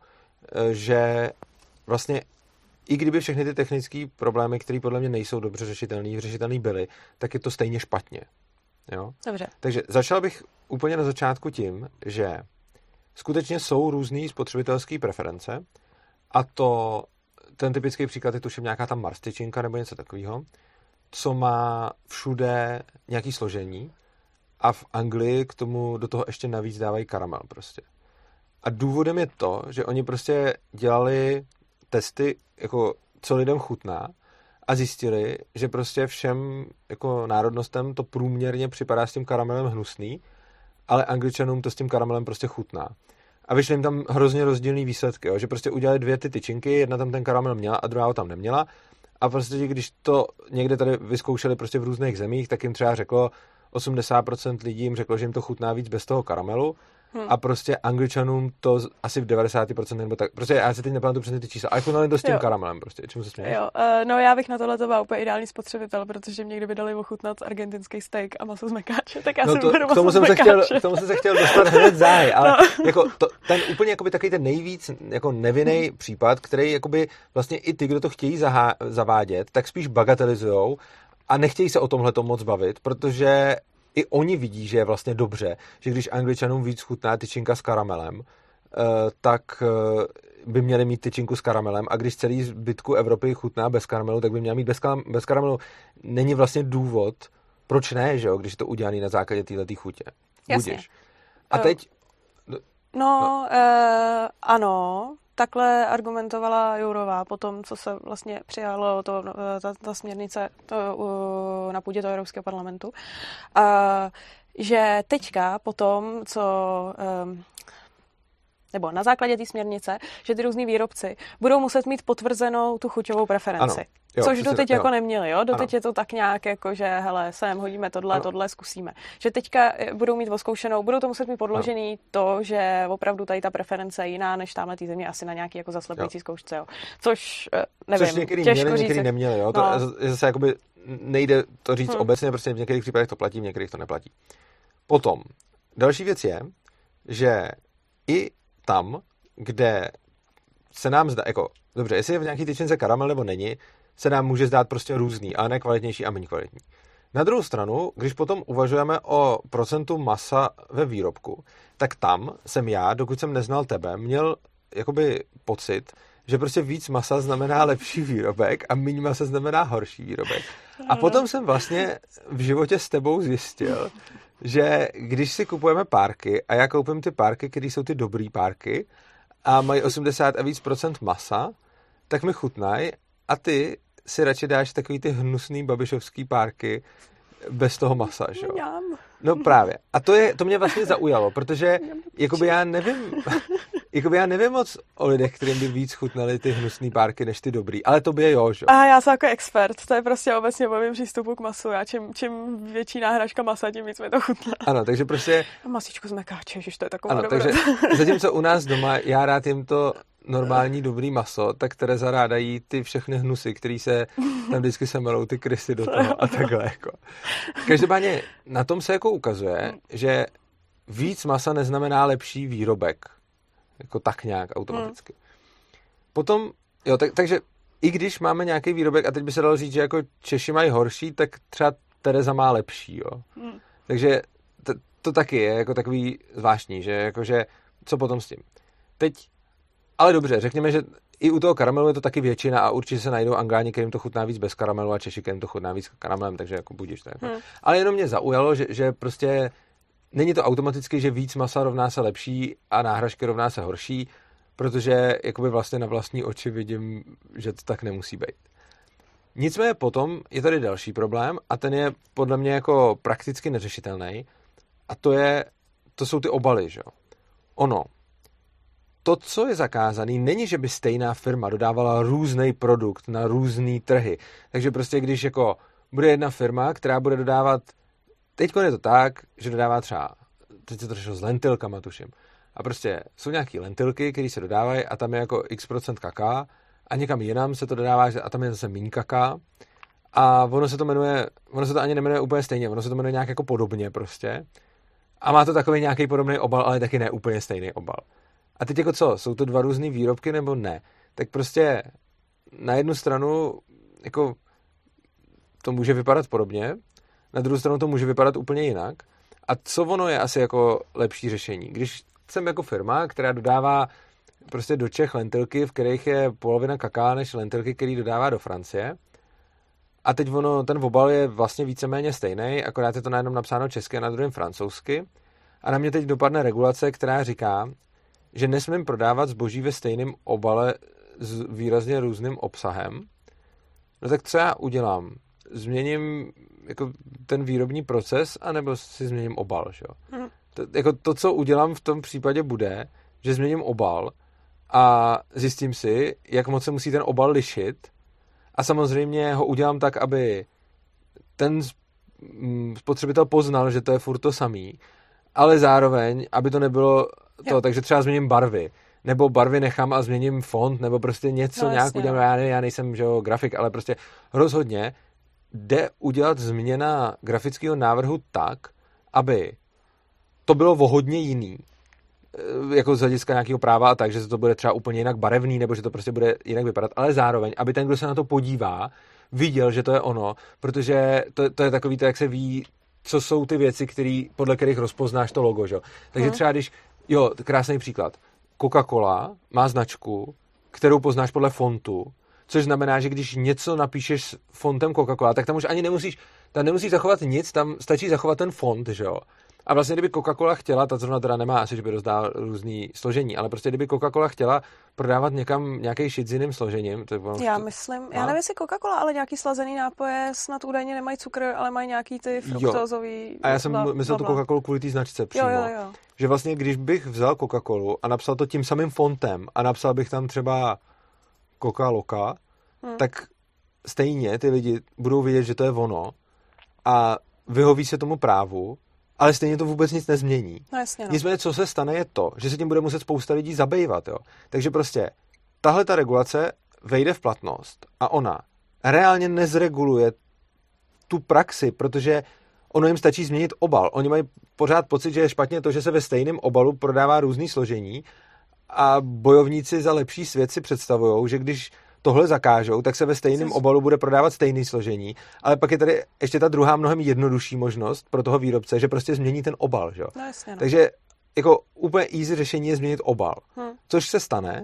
že vlastně i kdyby všechny ty technické problémy, které podle mě nejsou dobře řešitelné byly, tak je to stejně špatně. Jo? Dobře. Takže začal bych úplně na začátku tím, že skutečně jsou různý spotřebitelské preference a to ten typický příklad je tuším nějaká tam Mars tyčinka nebo něco takového, co má všude nějaký složení a v Anglii k tomu do toho ještě navíc dávají karamel prostě. A důvodem je to, že oni prostě dělali testy, jako co lidem chutná a zjistili, že prostě všem jako národnostem to průměrně připadá s tím karamelem hnusný, ale Angličanům to s tím karamelem prostě chutná. A vyšly jim tam hrozně rozdílný výsledky, jo? Že prostě udělali 2 ty tyčinky, jedna tam ten karamel měla a druhá ho tam neměla a prostě když to někde tady vyzkoušeli prostě v různých zemích, tak jim třeba řeklo 80% lidí jim řeklo, že jim to chutná víc bez toho karamelu a prostě Angličanům to asi v 90% nebo tak, prostě já si teď nepamatuju přesně ty čísla, ale chutnali to s tím karamelem prostě, čemu se směješ? Jo, no já bych na tohle to byla úplně ideální spotřebitel, protože mě kdyby dali ochutnat argentinský steak a maso z mekáče, tak já jsem vyberu maso z mekáče. K tomu jsem se chtěl dostat hned záhy, ale jako ten úplně jakoby takový ten nejvíc jako nevinný případ, který jakoby vlastně i ty, kdo to chtějí zavádět, tak spíš bagatelizujou a nechtějí se o tomhle moc bavit, protože i oni vidí, že je vlastně dobře, že když Angličanům víc chutná tyčinka s karamelem, tak by měli mít tyčinku s karamelem a když celý zbytku Evropy chutná bez karamelu, tak by měla mít bez karamelu. Není vlastně důvod, proč ne, že jo, když je to udělané na základě téhletý chutě. Jasně. Budeš. A teď... Ano, takhle argumentovala Jourová po tom, co se vlastně přijalo ta směrnice na půdě toho Evropského parlamentu, že teďka po tom, co... nebo na základě té směrnice, že ty různý výrobci budou muset mít potvrzenou tu chuťovou preferenci. Ano, jo, což doteď jako neměli, jo? Doteď je to tak nějak jako, že hele, sem hodíme tohle zkusíme. Že teďka budou mít oskoušenou, budou to muset mít podložený to, že opravdu tady ta preference je jiná než tamhle té země, asi na nějaký jako zaslepující zkoušce, jo. Což nevím, což některý těžko měli, říct. některý neměli, jo. To zase jakoby nejde to říct obecně, prostě v některých případech to platí, v některých to neplatí. Potom, další věc je, že i tam, kde se nám zdá, jako, dobře, jestli je v nějaký tyčince karamel nebo není, se nám může zdát prostě různý, ale ne kvalitnější a méně kvalitní. Na druhou stranu, když potom uvažujeme o procentu masa ve výrobku, tak tam jsem já, dokud jsem neznal tebe, měl jakoby pocit, že prostě víc masa znamená lepší výrobek a méně masa znamená horší výrobek. A potom jsem vlastně v životě s tebou zjistil, že když si kupujeme párky a já koupím ty párky, které jsou ty dobrý párky a mají 80 a víc procent masa, tak mi chutnají a ty si radši dáš takový ty hnusný babišovský párky bez toho masa, že jo? No právě. A to mě vlastně zaujalo, protože jakoby já nevím moc o lidech, kterým by víc chutnaly ty hnusný párky než ty dobrý, ale to by je jo, že? A já jsem jako expert, to je prostě obecně o mém přístupu k masu. Já čím větší náhražka masa, tím víc mi to chutná. Ano, takže prostě... A masičku z mekáče, že to je taková ano, takže zatímco u nás doma já rád jim to normální dobrý maso, tak Tereza ráda jí ty všechny hnusy, který se tam vždycky semelou ty krysy do toho a takhle jako. Každopádně na tom se jako ukazuje, že víc masa neznamená lepší výrobek. Jako tak nějak automaticky. Potom, jo, takže i když máme nějaký výrobek, a teď by se dalo říct, že jako Češi mají horší, tak třeba Tereza má lepší, jo. Takže to taky je jako takový zvláštní, že jakože co potom s tím. Teď, ale dobře, řekněme, že i u toho karamelu je to taky většina a určitě se najdou Angláni, kterým to chutná víc bez karamelu a Češi, kterým to chutná víc karamelem, takže jako budíš to. Jako. Ale jenom mě zaujalo, že prostě není to automaticky, že víc masa rovná se lepší a náhražky rovná se horší, protože jakoby vlastně na vlastní oči vidím, že to tak nemusí být. Nicméně potom je tady další problém a ten je podle mě jako prakticky neřešitelný a to jsou ty obaly, že jo. To, co je zakázaný, není, že by stejná firma dodávala různý produkt na různý trhy. Takže prostě když jako bude jedna firma, která bude dodávat, teďko je to tak, že dodává třeba, teď se to řešilo s lentilkama, tuším. A prostě jsou nějaký lentilky, které se dodávají a tam je jako x% kaká a někam jinam se to dodává a tam je zase míň kaká. A ono se to ani nemenuje úplně stejně, ono se to jmenuje nějak jako podobně prostě. A má to takový nějaký podobný obal, ale taky ne úplně stejný obal. A teď jako co, jsou to dva různý výrobky nebo ne? Tak prostě na jednu stranu jako to může vypadat podobně, na druhou stranu to může vypadat úplně jinak. A co ono je asi jako lepší řešení? Když jsem jako firma, která dodává prostě do Čech lentilky, v kterých je polovina kaká než lentilky, který dodává do Francie, a teď ten obal je vlastně víceméně stejný, akorát je to na jednom napsáno česky a na druhém francouzsky. A na mě teď dopadne regulace, která říká, že nesmím prodávat zboží ve stejném obale s výrazně různým obsahem. No tak co já udělám? Změním jako ten výrobní proces, anebo si změním obal, že jo? To, co udělám v tom případě bude, že změním obal a zjistím si, jak moc se musí ten obal lišit a samozřejmě ho udělám tak, aby ten spotřebitel poznal, že to je furt to samý ale zároveň, aby to nebylo to, takže třeba změním barvy, nebo barvy nechám a změním font, nebo prostě něco nějak udělám, já nejsem, že jo, grafik, ale prostě rozhodně jde udělat změna grafického návrhu tak, aby to bylo o hodně jiný, jako z hlediska nějakého práva a tak, že to bude třeba úplně jinak barevný, nebo že to prostě bude jinak vypadat, ale zároveň, aby ten, kdo se na to podívá, viděl, že to je ono, protože to je takový to, jak se ví, co jsou ty věci, podle kterých rozpoznáš to logo, že? Takže třeba když, krásný příklad, Coca-Cola má značku, kterou poznáš podle fontu, což znamená, že když něco napíšeš s fontem Coca-Cola, tak tam už ani nemusíš zachovat nic, tam stačí zachovat ten font, že jo? A vlastně, kdyby Coca-Cola chtěla, ta zrovna teda nemá asi, že by rozdál různý složení, ale prostě kdyby Coca-Cola chtěla prodávat někam nějaký shit s jiným složením, tak já nevím, jestli Coca-Cola, ale nějaký slazený nápoje snad údajně nemají cukr, ale mají nějaký ty fruktózový. A já jsem myslel tu Coca-Colu kvůli té značce přímo. Jo. Že vlastně, když bych vzal Coca-Colu a napsal to tím samým fontem a napsal bych tam třeba Coca-Loka, tak stejně ty lidi budou vědět, že to je ono a vyhoví se tomu právu, ale stejně to vůbec nic nezmění. No jasně, no. Nicméně, co se stane, je to, že se tím bude muset spousta lidí zabývat. Jo? Takže prostě tahle ta regulace vejde v platnost a ona reálně nezreguluje tu praxi, protože ono jim stačí změnit obal. Oni mají pořád pocit, že je špatně to, že se ve stejném obalu prodává různý složení a bojovníci za lepší svět si představují, že když tohle zakážou, tak se ve stejném obalu bude prodávat stejné složení, ale pak je tady ještě ta druhá mnohem jednodušší možnost pro toho výrobce, že prostě změní ten obal, že? No, jasně, no. Takže jako úplně easy řešení je změnit obal, což se stane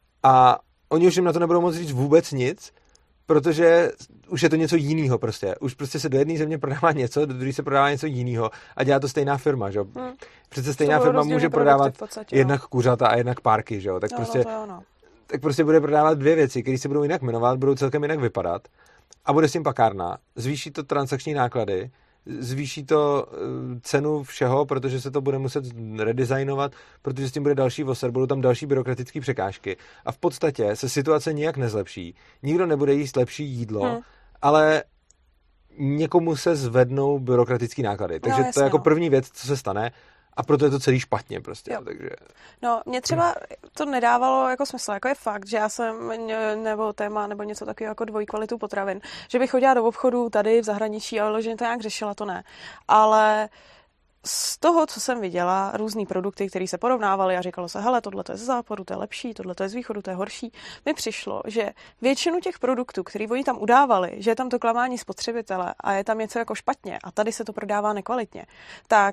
a oni už jim na to nebudou moct říct vůbec nic, protože už je to něco jiného prostě. Už prostě se do jedné země prodává něco, do druhé se prodává něco jiného a dělá to stejná firma, že? Přece stejná firma může prodávat jednak kuřata a jednak párky, že? Tak prostě tak prostě bude prodávat dvě věci, které se budou jinak jmenovat, budou celkem jinak vypadat a bude s tím pakárna. Zvýší to transakční náklady, zvýší to cenu všeho, protože se to bude muset redesignovat, protože s tím bude další voser, budou tam další byrokratické překážky a v podstatě se situace nijak nezlepší. Nikdo nebude jíst lepší jídlo, ale někomu se zvednou byrokratické náklady. Takže to je jako první věc, co se stane. A proto je to celý špatně prostě. Takže... No, mě třeba to nedávalo jako smysl. Jako je fakt, že já jsem nebo téma nebo něco takového jako dvojí kvalitu potravin. Že bych chodila do obchodu tady v zahraničí a vyloženě to nějak řešila, to ne. Ale z toho, co jsem viděla, různý produkty, které se porovnávaly a říkalo se, hele, tohle to je ze západu, to je lepší, tohle to je z východu, to je horší, mi přišlo, že většinu těch produktů, který oni tam udávali, že je tam to klamání spotřebitele a je tam něco jako špatně a tady se to prodává nekvalitně, tak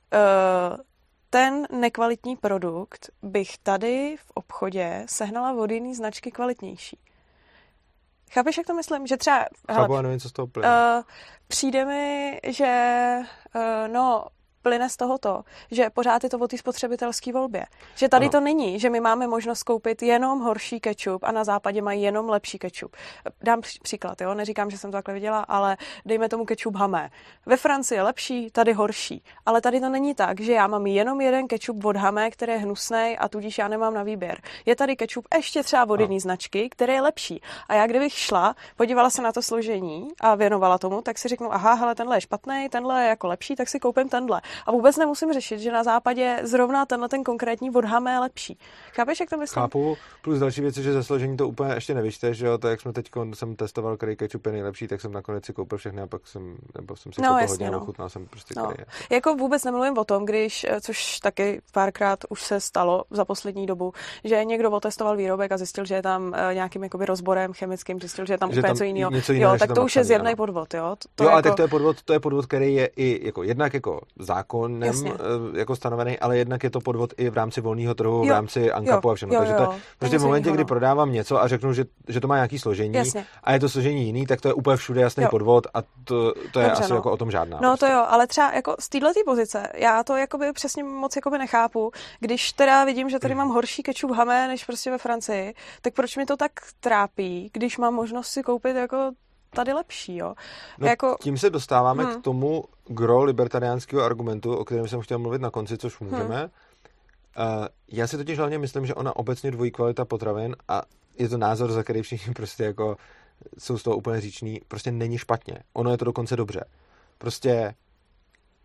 ten nekvalitní produkt bych tady v obchodě sehnala od jiný značky kvalitnější. Chápeš, jak to myslím? Že třeba... Chápu, nevím, co z toho plyne. Přijde mi, že plyne z tohoto, že pořád je to o té spotřebitelské volbě. Že tady to není, že my máme možnost koupit jenom horší kečup a na západě mají jenom lepší kečup. Dám příklad, jo? Neříkám, že jsem to takhle viděla, ale dejme tomu kečup Hamé. Ve Francii je lepší, tady horší. Ale tady to není tak, že já mám jenom jeden kečup od Hamé, který je hnusnej a tudíž já nemám na výběr. Je tady kečup ještě třeba od jiné značky, který je lepší. A já kdybych šla, podívala se na to složení a věnovala tomu, tak si řeknu, aha, hele, tenhle je špatný, tenhle je jako lepší, tak si koupím tenhle. A vůbec nemusím řešit, že na západě zrovna ten konkrétní od Hamé je lepší. Chápeš, jak to myslím? Chápu, plus další věc, že ze složení to úplně ještě nevyčteš, že jo, to jak jsme teď jsem testoval, který kečup je nejlepší, tak jsem nakonec si koupil všechny a pak jsem si koupil hodně a ochutnal jsem prostě který je. Jako vůbec nemluvím o tom, když, což taky párkrát už se stalo za poslední dobu, že někdo otestoval výrobek a zjistil, že je tam nějakým jakoby rozborem chemickým, zjistil, že je tam úplně něco jiného. Jo, tak to už je zjevný podvod, jo. Jo, ale tak to je podvod, který je i jako jednak jako zákonem jako stanovený, ale jednak je to podvod i v rámci volného trhu, v rámci ANCAPu a všechno. Takže to je prostě v momentě, kdy prodávám něco a řeknu, že to má nějaký složení a je to složení jiný, tak to je úplně všude jasný podvod a to je asi jako o tom žádná. No prostě. To jo, ale třeba jako z této pozice, já to jakoby přesně moc jakoby nechápu, když teda vidím, že tady mám horší kečup Hamé než prostě ve Francii, tak proč mi to tak trápí, když mám možnost si koupit jako tady lepší, jo? No, jako... Tím se dostáváme k tomu gro libertariánského argumentu, o kterém jsem chtěl mluvit na konci, což můžeme. Já si totiž hlavně myslím, že ona obecně dvojí kvalita potravin a je to názor, za který všichni prostě jako jsou z toho úplně říční, prostě není špatně. Ono je to dokonce dobře. Prostě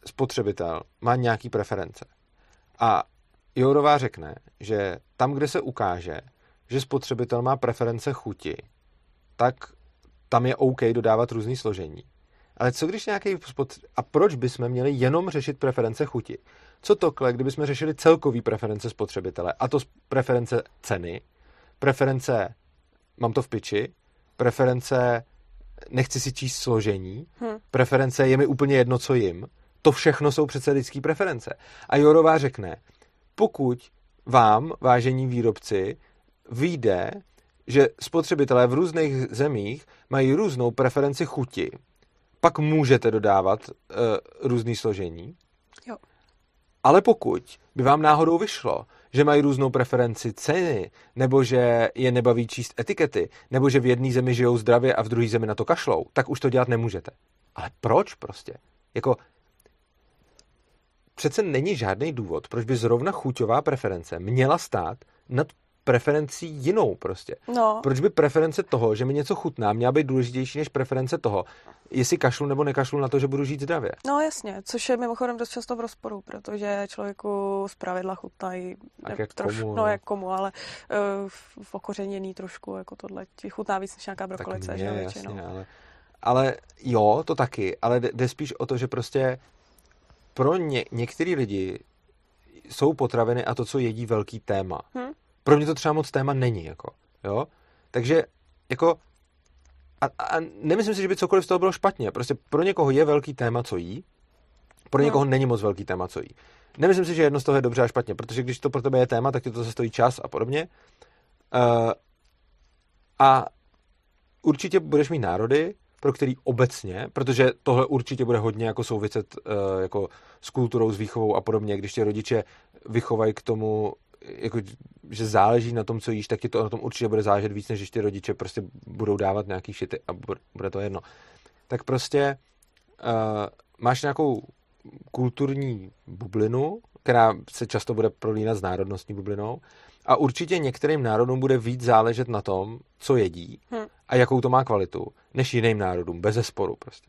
spotřebitel má nějaký preference. A Jourová řekne, že tam, kde se ukáže, že spotřebitel má preference chuti, tak tam je OK dodávat různý složení. Ale co když nějaký a proč bychom měli jenom řešit preference chuti? Co tokle, kdybychom řešili celkový preference spotřebitele, a to preference ceny, preference mám to v piči, preference nechci si číst složení, preference je mi úplně jedno, co jim. To všechno jsou přece lidský preference. A Jourová řekne, pokud vám, vážení výrobci, vyjde, že spotřebitelé v různých zemích mají různou preferenci chuti, pak můžete dodávat různý složení. Jo. Ale pokud by vám náhodou vyšlo, že mají různou preferenci ceny, nebo že je nebaví číst etikety, nebo že v jedné zemi žijou zdravě a v druhé zemi na to kašlou, tak už to dělat nemůžete. Ale proč prostě? Jako přece není žádný důvod, proč by zrovna chuťová preference měla stát nad preferencí jinou prostě. No. Proč by preference toho, že mi něco chutná, měla být důležitější než preference toho, jestli kašlu nebo nekašlu na to, že budu žít zdravě. No jasně, což je mimochodem dost často v rozporu, protože člověku zpravidla chutnají jak komu, ale v okořeněný trošku, jako tohle, ti chutná víc než nějaká brokolice, že většinou. Jasně, ale jo, to taky, ale jde spíš o to, že prostě pro některý lidi jsou potraviny a to, co jedí, velký téma. Pro mě to třeba moc téma není, jako, jo. Takže, jako, a nemyslím si, že by cokoliv z toho bylo špatně. Prostě pro někoho je velký téma, co jí, pro někoho není moc velký téma, co jí. Nemyslím si, že jedno z toho je dobře a špatně, protože když to pro tebe je téma, tak ti to zase stojí čas a podobně. A určitě budeš mít národy, pro který obecně, protože tohle určitě bude hodně jako souviset jako s kulturou, s výchovou a podobně, když tě rodiče vychovají k tomu, jako, že záleží na tom, co jíš, tak ti to na tom určitě bude záležet víc, než když ty rodiče prostě budou dávat nějaký šity a bude to jedno. Tak prostě máš nějakou kulturní bublinu, která se často bude prolínat s národnostní bublinou a určitě některým národům bude víc záležet na tom, co jedí a jakou to má kvalitu, než jiným národům, bezesporu prostě.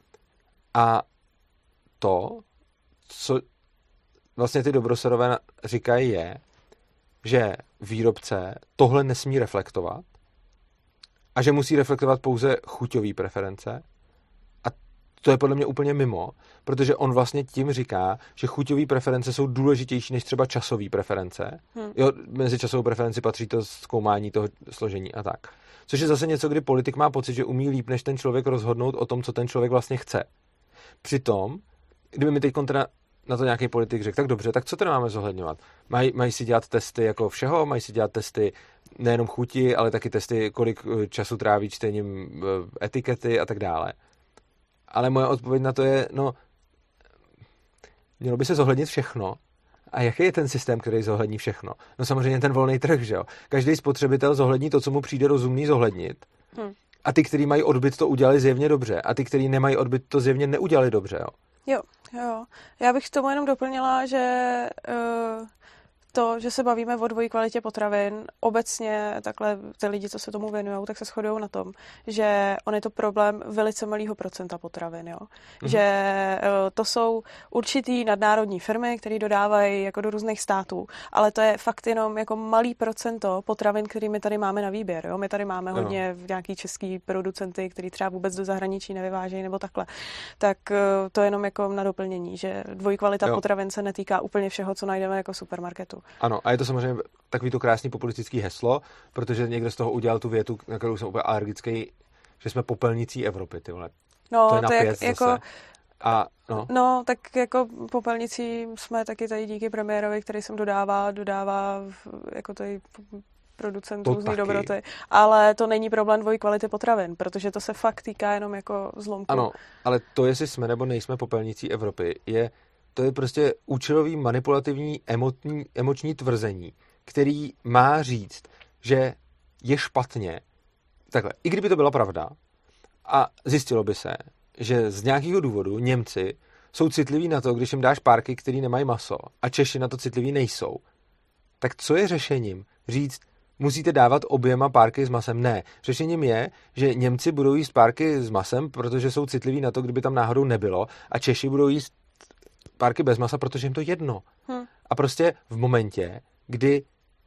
A to, co vlastně ty dobroserové říkají, je, že výrobce tohle nesmí reflektovat a že musí reflektovat pouze chuťové preference. A to je podle mě úplně mimo, protože on vlastně tím říká, že chuťové preference jsou důležitější než třeba časové preference. Jo, mezi časovou preferenci patří to zkoumání toho složení a tak. Což je zase něco, kdy politik má pocit, že umí líp než ten člověk rozhodnout o tom, co ten člověk vlastně chce. Přitom, kdyby mi teď na to nějaký politik řekl, tak dobře, tak co to máme zohledňovat? Mají si dělat testy jako všeho, mají si dělat testy nejenom chuti, ale taky testy, kolik času tráví čtením etikety a tak dále. Ale moje odpověď na to je, no, mělo by se zohlednit všechno. A jaký je ten systém, který zohlední všechno? No samozřejmě ten volný trh, že jo? Každý spotřebitel zohlední to, co mu přijde rozumný zohlednit. A ty, kteří mají odbyt, to udělali zjevně dobře. A ty, kteří nemají odbyt, to zjevně neudělali dobře, jo? Jo. Já bych k tomu jenom doplnila, že to, že se bavíme o dvojí kvalitě potravin, obecně takhle ty lidi, co se tomu věnují, tak se shodují na tom, že on je to problém velice malého procenta potravin, jo. Že to jsou určitý nadnárodní firmy, které dodávají jako do různých států, ale to je fakt jenom jako malý procento potravin, který my tady máme na výběr, jo. My tady máme hodně nějaký český producenty, který třeba vůbec do zahraničí nevyvážejí nebo takhle. Tak to je jenom jako na doplnění, že dvojí kvalita potravin se netýká úplně všeho, co najdeme jako v supermarketu. Ano, a je to samozřejmě takový to krásný populistický heslo, protože někdo z toho udělal tu větu, na kterou jsem úplně alergický, že jsme popelnicí Evropy, ty vole. No, to je napěc jako, a, no, tak jako popelnicí jsme taky tady díky premiérovi, který sem dodává jako tady producent různý dobroty, ale to není problém dvojí kvality potravin, protože to se fakt týká jenom jako zlomku. Ano, ale to, jestli jsme nebo nejsme popelnicí Evropy, to je prostě účelový, manipulativní, emoční tvrzení, který má říct, že je špatně. Takhle, i kdyby to byla pravda a zjistilo by se, že z nějakého důvodu Němci jsou citliví na to, když jim dáš párky, který nemají maso a Češi na to citliví nejsou, tak co je řešením? Říct, musíte dávat oběma párky s masem? Ne. Řešením je, že Němci budou jíst párky s masem, protože jsou citliví na to, kdyby tam náhodou nebylo, a Češi budou jíst párky bez masa, protože jim to jedno. A prostě v momentě, kdy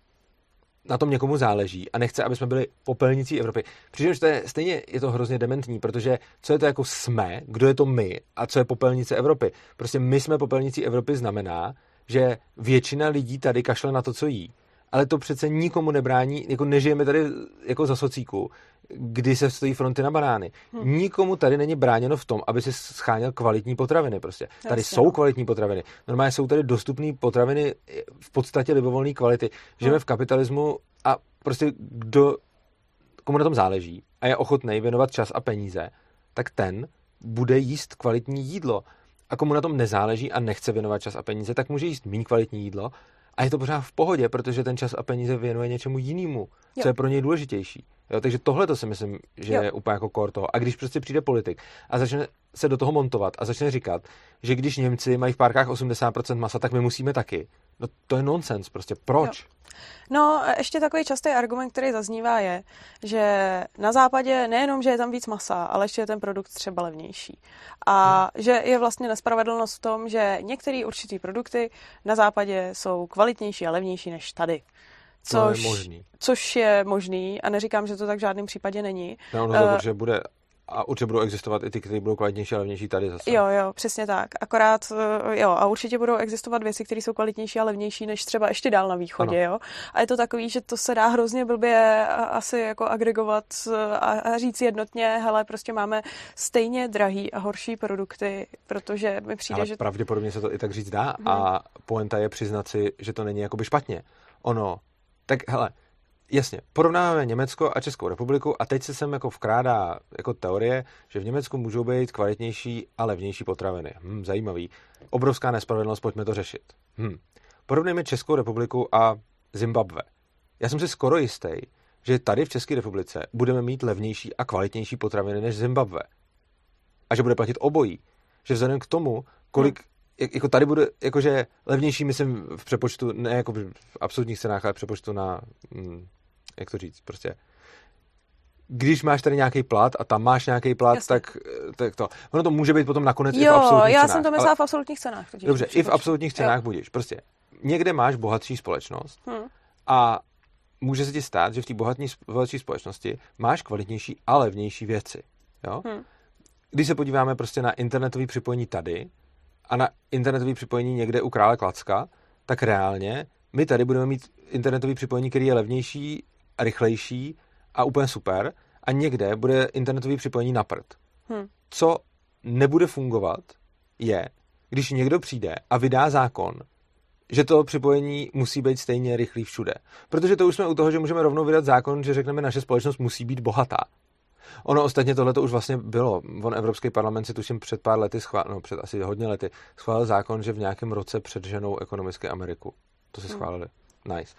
na tom někomu záleží a nechce, aby jsme byli popelnicí Evropy. Přičemž stejně je to hrozně dementní, protože co je to jako jsme, kdo je to my a co je popelnice Evropy. Prostě my jsme popelnicí Evropy znamená, že většina lidí tady kašle na to, co jí. Ale to přece nikomu nebrání, jako nežijeme tady jako za socíku, kdy se stojí fronty na banány. Nikomu tady není bráněno v tom, aby si scháněl kvalitní potraviny prostě. Tady jsou kvalitní potraviny. Normálně jsou tady dostupné potraviny v podstatě libovolné kvality. Žijeme v kapitalismu a prostě komu na tom záleží a je ochotný věnovat čas a peníze, tak ten bude jíst kvalitní jídlo. A komu na tom nezáleží a nechce věnovat čas a peníze, tak může jíst méně kvalitní jídlo. A je to pořád v pohodě, protože ten čas a peníze věnuje něčemu jinému, co je pro něj důležitější. Jo, takže tohle to si myslím, že je úplně jako core toho. A když prostě přijde politik a začne se do toho montovat a začne říkat, že když Němci mají v párkách 80% masa, tak my musíme taky. No to je nonsens, prostě proč? Jo. No, ještě takový častý argument, který zaznívá je, že na západě nejenom, že je tam víc masa, ale ještě je ten produkt třeba levnější. A že je vlastně nespravedlnost v tom, že některé určitý produkty na západě jsou kvalitnější a levnější než tady. Což je možný a neříkám, že to tak v žádném případě není. No, protože bude a určitě budou existovat i ty, které budou kvalitnější a levnější tady zase. Jo, přesně tak. Akorát, a určitě budou existovat věci, které jsou kvalitnější a levnější než třeba ještě dál na východě, jo. A je to takový, že to se dá hrozně blbě asi jako agregovat a říct jednotně, hele, prostě máme stejně drahý a horší produkty, protože mi přijde, ale pravděpodobně se to i tak říct dá a poenta je přiznat si, že to není jakoby špatně. Tak hele, jasně, porovnáváme Německo a Českou republiku a teď se sem jako vkrádá jako teorie, že v Německu můžou být kvalitnější a levnější potraviny. Zajímavý. Obrovská nespravedlnost, pojďme to řešit. Porovnejme Českou republiku a Zimbabwe. Já jsem si skoro jistý, že tady v České republice budeme mít levnější a kvalitnější potraviny než Zimbabwe. A že bude platit obojí. Že vzhledem k tomu, kolik jako tady bude, jakože levnější, myslím v přepočtu, ne jako v absolutních cenách, ale v přepočtu na, jak to říct, prostě. Když máš tady nějaký plat a tam máš nějaký plat, tak to. Ono to může být potom nakonec i v absolutních cenách. Já jsem to myslela v absolutních cenách. Dobře, i v absolutních cenách budíš. Prostě někde máš bohatší společnost a může se ti stát, že v té bohatší společnosti máš kvalitnější a levnější věci. Jo? Když se podíváme prostě na internetové připojení tady, a na internetové připojení někde u Krále Klacka, tak reálně my tady budeme mít internetové připojení, který je levnější a rychlejší a úplně super a někde bude internetové připojení na prd. Co nebude fungovat je, když někdo přijde a vydá zákon, že to připojení musí být stejně rychlý všude. Protože to už jsme u toho, že můžeme rovnou vydat zákon, že řekneme, naše společnost musí být bohatá. Ono ostatně tohle to už vlastně bylo. Evropský parlament si tuším před pár lety před asi hodně lety schválil zákon, že v nějakém roce předženou ekonomicky Ameriku. To si schválili. Nice.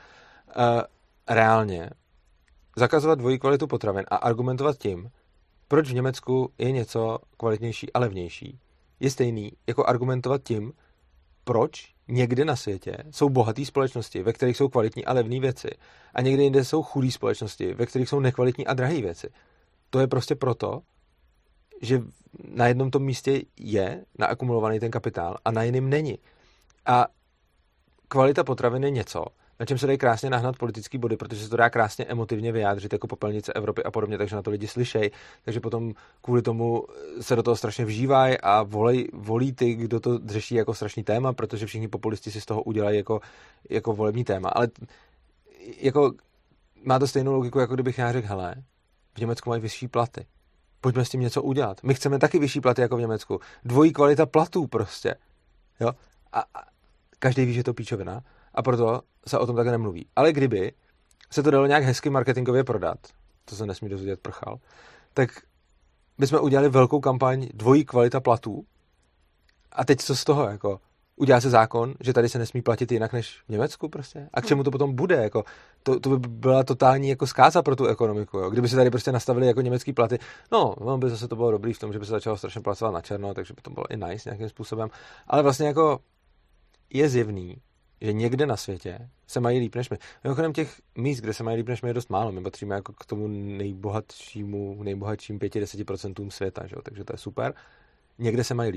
Reálně zakazovat dvojí kvalitu potravin a argumentovat tím, proč v Německu je něco kvalitnější a levnější, je stejný jako argumentovat tím, proč někde na světě jsou bohaté společnosti, ve kterých jsou kvalitní a levné věci a někde jinde jsou chudé společnosti, ve kterých jsou nekvalitní a drahé věci. To je prostě proto, že na jednom tom místě je naakumulovaný ten kapitál a na jiném není. A kvalita potravin je něco, na čem se dají krásně nahnat politický body, protože se to dá krásně emotivně vyjádřit jako popelnice Evropy a podobně, takže na to lidi slyšejí, takže potom kvůli tomu se do toho strašně vžívají a volí ty, kdo to řeší jako strašný téma, protože všichni populisti si z toho udělají jako volební téma. Ale jako má to stejnou logiku, jako kdybych já řekl, hele, v Německu mají vyšší platy. Pojďme s tím něco udělat. My chceme taky vyšší platy jako v Německu. Dvojí kvalita platů prostě. Jo? A každý ví, že je to píčovina a proto se o tom také nemluví. Ale kdyby se to dalo nějak hezky marketingově prodat, to se nesmí dozvědět prchal, tak bychom udělali velkou kampaň dvojí kvalita platů a teď co z toho, jako udělá se zákon, že tady se nesmí platit jinak než v Německu prostě? A k čemu to potom bude? Jako, to by byla totální jako zkáza pro tu ekonomiku. Jo? Kdyby se tady prostě nastavili jako německý platy, no by zase to bylo dobrý v tom, že by se začalo strašně pracovat na černo, takže by to bylo i nice nějakým způsobem. Ale vlastně jako je zjevný, že někde na světě se mají líp než my. Mimochodem těch míst, kde se mají líp než my, je dost málo. My patříme jako k tomu nejbohatším 5-10% světa, že jo? Takže to je super. Někde se mají líp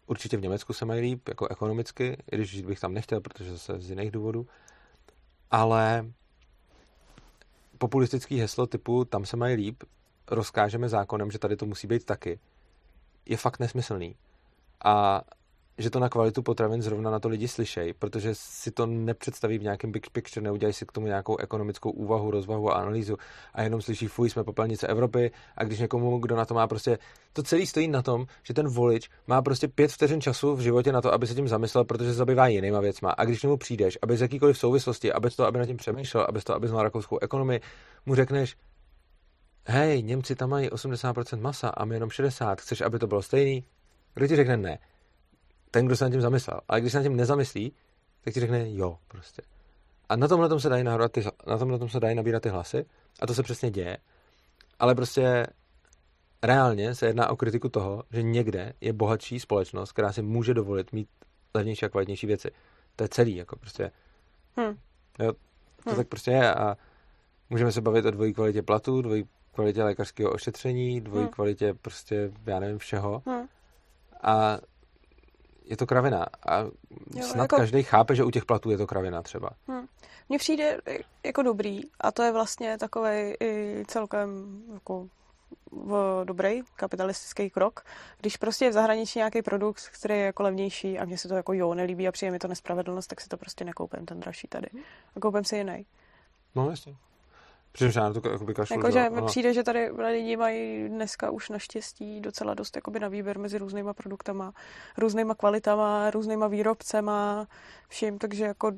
určitě v Německu se mají líp, jako ekonomicky, i když bych tam nechtěl, protože zase z jiných důvodů. Ale populistický heslo typu tam se mají líp, rozkážeme zákonem, že tady to musí být taky, je fakt nesmyslný. A že to na kvalitu potravin zrovna na to lidi slyšejí, protože si to nepředstaví v nějakém big picture, neudělají si k tomu nějakou ekonomickou úvahu, rozvahu a analýzu a jenom slyší, fuj, jsme popelnice Evropy, a když někomu, kdo na to má prostě, to celý stojí na tom, že ten volič má prostě 5 vteřin času v životě na to, aby se tím zamyslel, protože se zabývá jinýma věcma. A když k němu přijdeš, aby z jakýkoliv souvislosti, aby nad tím přemýšlel, aby znal rakouskou ekonomii, mu řekneš, hej, Němci tam mají 80% masa a my jenom 60%, chceš, aby to bylo stejný? Kdo ti řekne ne? Ten, kdo se nad tím zamyslel. Ale když se nad tím nezamyslí, tak ti řekne jo, prostě. A na tomhle se dají nabírat ty hlasy a to se přesně děje. Ale prostě reálně se jedná o kritiku toho, že někde je bohatší společnost, která si může dovolit mít levnější a kvalitnější věci. To je celý, jako prostě. Jo, to tak prostě je a můžeme se bavit o dvojí kvalitě platu, dvojí kvalitě lékařského ošetření, dvojí kvalitě prostě, já nevím, všeho. A je to kravina. A snad jako každý chápe, že u těch platů je to kravina třeba. Mně přijde jako dobrý a to je vlastně takovej i celkem jako dobrý kapitalistický krok, když prostě je v zahraničí nějaký produkt, který je jako levnější a mně se to jako nelíbí a přijde mi to nespravedlnost, tak si to prostě nekoupím, ten dražší tady. A koupím si jiný. No jasně. Přičemž já na to jakoby kašlu. Jakože mi přijde, že tady lidi mají dneska už naštěstí docela dost jakoby na výběr mezi různýma produktama, různýma kvalitama, různýma výrobcema, vším, takže jako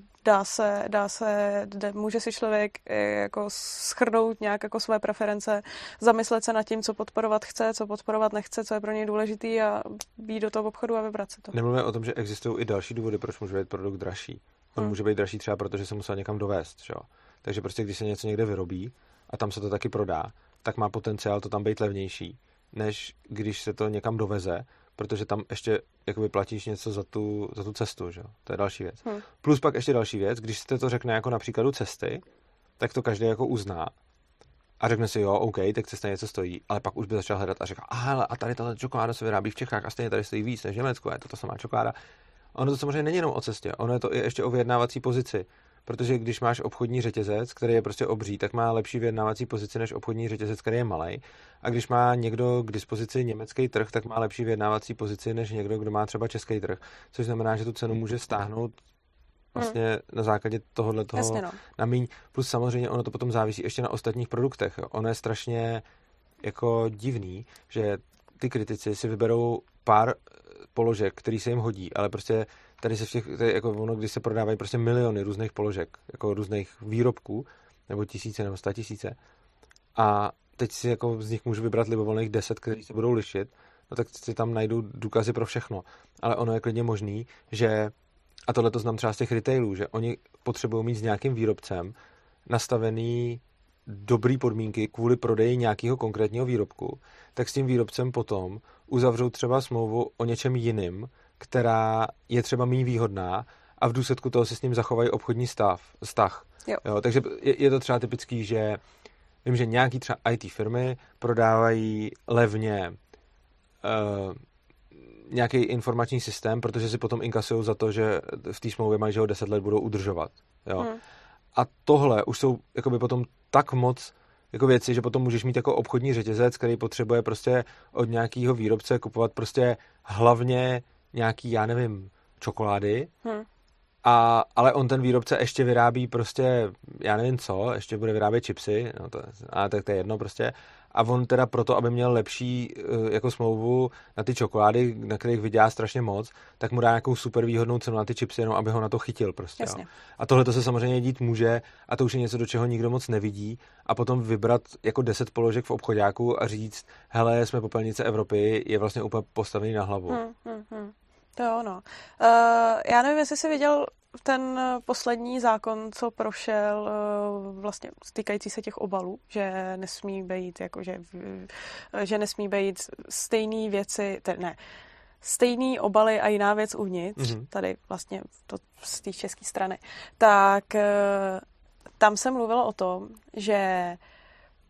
může si člověk jako shrnout nějak jako své preference, zamyslet se nad tím, co podporovat chce, co podporovat nechce, co je pro něj důležitý a být do toho obchodu a vybrat si to. Nemluvíme o tom, že existují i další důvody, proč může být produkt dražší. On může být dražší třeba protože se musel někam dovést, že jo. Takže prostě když se něco někde vyrobí a tam se to taky prodá, tak má potenciál to tam být levnější, než když se to někam doveze, protože tam ještě jakoby platíš něco za tu cestu, že jo. To je další věc. Plus pak ještě další věc, když se to řekne jako na příkladu cesty, tak to každý jako uzná a řekne si, jo, OK, tak cesta něco stojí, ale pak už by začal hledat a říká, a tady tato čokoláda se vyrábí v Čechách a stejně tady stojí víc než v Německu, a je to ta samá čokoláda. Ono to samozřejmě není jenom o cestě, ono je to i ještě o vyjednávací pozici. Protože když máš obchodní řetězec, který je prostě obří, tak má lepší vyjednávací pozici než obchodní řetězec, který je malej. A když má někdo k dispozici německý trh, tak má lepší vyjednávací pozici než někdo, kdo má třeba český trh. Což znamená, že tu cenu může stáhnout vlastně na základě tohohle toho na míň. Plus samozřejmě ono to potom závisí ještě na ostatních produktech. Jo. Ono je strašně jako divný, že ty kritici si vyberou pár položek, který se jim hodí, ale prostě tady se jako ono, když se prodávají prostě miliony různých položek, jako různých výrobků, nebo tisíce, nebo 100 000. A teď si jako z nich můžu vybrat libovolných 10, které se budou lišit, no tak si tam najdu důkazy pro všechno. Ale ono je klidně možný, že, a tohle to znám třeba z těch retailů, že oni potřebují mít s nějakým výrobcem nastavený dobrý podmínky kvůli prodeji nějakého konkrétního výrobku, tak s tím výrobcem potom uzavřou třeba smlouvu o něčem jiným, která je třeba méně výhodná a v důsledku toho si s ním zachovají obchodní vztah. Jo, takže je to třeba typický, že vím, že nějaký třeba IT firmy prodávají levně nějaký informační systém, protože si potom inkasují za to, že v té smlouvě mají, že ho 10 let budou udržovat. Jo. A tohle už jsou jakoby potom tak moc jako věci, že potom můžeš mít jako obchodní řetězec, který potřebuje prostě od nějakého výrobce kupovat prostě hlavně nějaký, já nevím, čokolády, ale on ten výrobce ještě vyrábí prostě, já nevím co, ještě bude vyrábět chipsy, no tak to je jedno prostě, a on teda proto, aby měl lepší jako smlouvu na ty čokolády, na kterých vydělá strašně moc, tak mu dá nějakou super výhodnou cenu na ty chipsy, jenom aby ho na to chytil prostě. Jo. A tohle to se samozřejmě dít může a to už je něco, do čeho nikdo moc nevidí a potom vybrat jako 10 položek v obchodáku a říct, hele, jsme popelnice Evropy, je vlastně úplně postavený na hlavu. To je ono. Já nevím, jestli jsi viděl ten poslední zákon, co prošel vlastně týkající se těch obalů, že nesmí být že nesmí být stejný věci, stejný obaly a jiná věc uvnitř, tady vlastně to z té české strany, tak tam se mluvilo o tom, že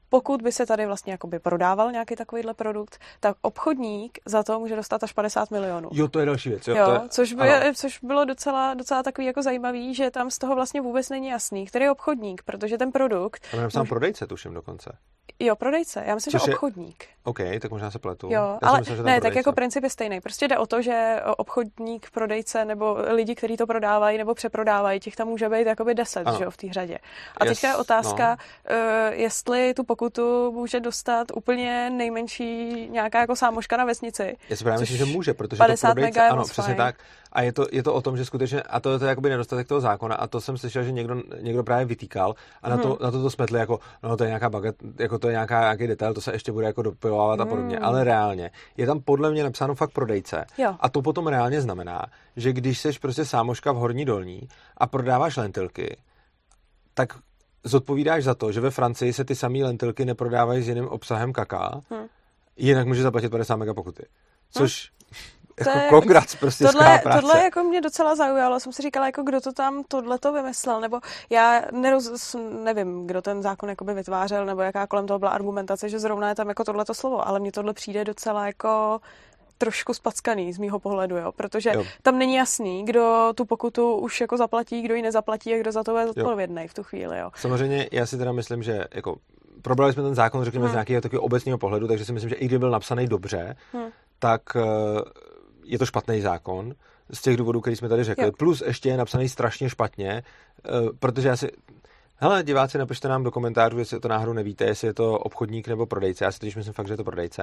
pokud by se tady vlastně jakoby prodával nějaký takovýhle produkt, tak obchodník za to může dostat až 50 milionů. Jo, to je další věc. Jo, to je, což bylo docela takový jako zajímavý, že tam z toho vlastně vůbec není jasný, který je obchodník, protože ten produkt... Tam je napsán prodejce, tuším dokonce. Jo, prodejce. Já myslím, že obchodník. OK, tak možná se pletu. Jo, ale myslel, že ne, tak jako princip je stejný. Prostě jde o to, že obchodník, prodejce nebo lidi, kteří to prodávají nebo přeprodávají, těch tam může být jakoby 10, že jo, v té řadě. A teďka je otázka, jestli tu pokutu může dostat úplně nejmenší nějaká jako sámoška na vesnici. Já si právě myslím, že může, protože 50 to prodejce, mega ano, přesně tak. A je to o tom, že skutečně, a to je jakoby nedostatek toho zákona, a to jsem slyšel, že někdo právě vytýkal a na to smetli jako, no to je nějaká baget, jako to je nějaký detail, to se ještě bude jako dopilovávat a podobně, ale reálně je tam podle mě napsáno fakt prodejce. Jo. A to potom reálně znamená, že když seš prostě sámoška v Horní Dolní a prodáváš lentilky, tak zodpovídáš za to, že ve Francii se ty samé lentilky neprodávají s jiným obsahem kaká, jinak může zaplatit 50 mega pokuty. Což jako kongrats, prostě skvělá práce. Tohle jako mě docela zaujalo. Jsem si říkala, jako kdo to tam tohleto vymyslel, nebo já nevím, kdo ten zákon jakoby vytvářel, nebo jaká kolem toho byla argumentace, že zrovna je tam jako tohleto slovo, ale mně tohle přijde docela jako trošku spackaný z mýho pohledu, jo, protože tam není jasný, kdo tu pokutu už jako zaplatí, kdo ji nezaplatí a kdo za to je zodpovědný v tu chvíli, jo. Samozřejmě já si teda myslím, že jako probrali jsme ten zákon, řekněme, z nějakého takového obecného pohledu, takže si myslím, že i kdyby byl napsaný dobře, tak je to špatný zákon z těch důvodů, který jsme tady řekli. Jo. Plus ještě je napsaný strašně špatně, protože já si... Hele, diváci, napište nám do komentářů, jestli to náhodou nevíte, jestli je to obchodník nebo prodejce. Já si totiž myslím fakt, že je to prodejce.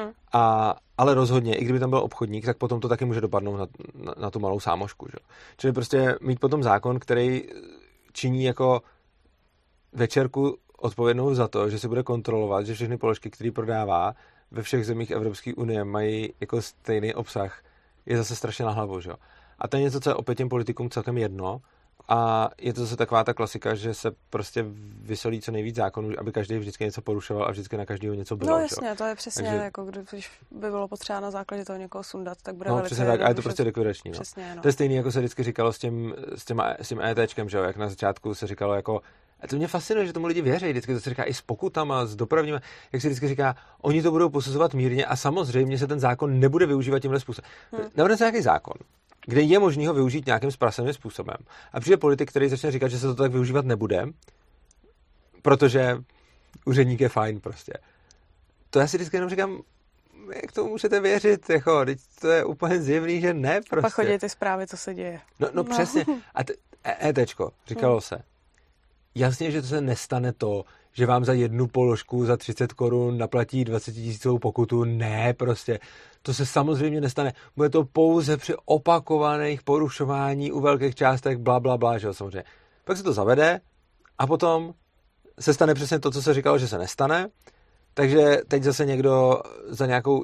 Ale rozhodně, i kdyby tam byl obchodník, tak potom to taky může dopadnout na tu malou sámošku. Že? Čili prostě mít potom zákon, který činí jako večerku odpovědnou za to, že se bude kontrolovat, že všechny položky, které prodává ve všech zemích Evropské unie, mají jako stejný obsah, je zase strašně na hlavu. Že? A to je něco, co je opět těm politikům celkem jedno. A je to zase taková ta klasika, že se prostě vysolí co nejvíc zákonů, aby každý vždycky něco porušoval a vždycky na každého něco bylo. No jasně, to je přesně, takže, jako když by bylo potřeba na základě toho někoho sundat, tak bude velice... Přesně tak, a je to prostě likvidační. Přesně, no. To je stejný, jako se vždycky říkalo s tím ETčkem, že jo, jak na začátku se říkalo jako, a to mě fascinuje, že tomu lidi věří, vždycky to se říká i s pokutama, s dopravníma, jak se vždycky říká, oni to budou posuzovat mírně a samozřejmě se ten zákon nebude využívat tímhle způsobem. Navrhne se nějaký zákon, kde je možný ho využít nějakým zpraseným způsobem. A přijde politik, který začne říkat, že se to tak využívat nebude, protože úředník je fajn prostě. To já si vždycky jenom říkám, jak to můžete věřit, jako, teď to je úplně zjevný, že ne prostě. Pak chodí ty zprávy, co se děje. No přesně. A ETčko, říkalo se, jasně, že to se nestane to, že vám za jednu položku za 30 korun naplatí 20 000 pokutu. Ne, prostě. To se samozřejmě nestane. Bude to pouze při opakovaných porušování u velkých částek, bla, bla, bla, že jo, samozřejmě. Pak se to zavede a potom se stane přesně to, co se říkalo, že se nestane. Takže teď zase někdo za nějakou...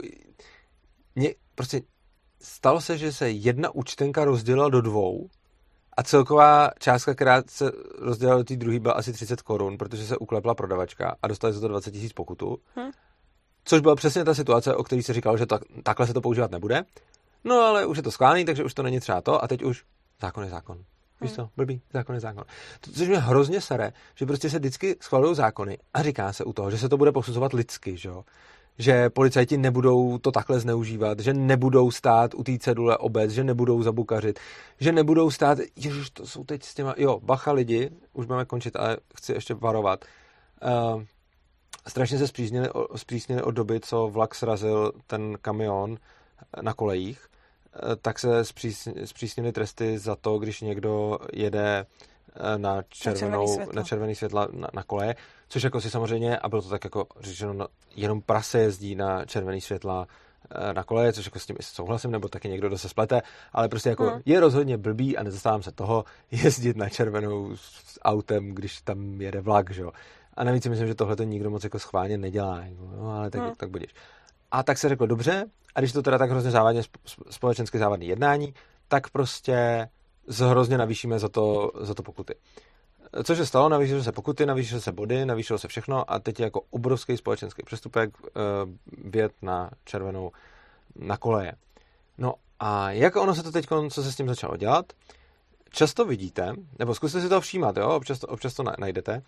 Prostě stalo se, že se jedna účtenka rozdělila do dvou a celková částka, která se rozdělila do té druhé, byla asi 30 korun, protože se uklepla prodavačka a dostali za to 20 000 pokutu. Což byla přesně ta situace, o které se říkalo, že takhle se to používat nebude. No ale už je to schválený, takže už to není třeba to a teď už zákon je zákon. Víš co? Blbý, zákon je zákon. Což mě hrozně sere, že prostě se vždycky schvalují zákony a říká se u toho, že se to bude posuzovat lidsky, že jo? Že policajti nebudou to takhle zneužívat, že nebudou stát u té cedule obec, že nebudou zabukařit, že nebudou stát, ježiš, to jsou teď s těma, jo, bacha lidi, už budeme končit, ale chci ještě varovat. Strašně se zpřísnili od doby, co vlak srazil ten kamion na kolejích, tak se zpřísnily tresty za to, když někdo jede na červený světla na koleje, což jako si samozřejmě, a bylo to tak jako řečeno, jenom prase jezdí na červený světla na koleje, což jako s tím souhlasím, nebo taky někdo, kdo se splete, ale prostě jako je rozhodně blbý a nezastávám se toho jezdit na červenou s autem, když tam jede vlak, že jo. A navíc si myslím, že tohle to nikdo moc jako schválně nedělá, no, ale tak budeš. A tak se řeklo, dobře, a když to teda tak hrozně závadně společensky závadný jednání, tak prostě hrozně navýšíme za to pokuty. Což se stalo, navýšilo se pokuty, navýšilo se body, navýšilo se všechno a teď je jako obrovský společenský přestupek vjet na červenou na koleje. No a jak ono se to teď, co se s tím začalo dělat? Často vidíte, nebo zkuste si to všímat, jo? Občas to najdete,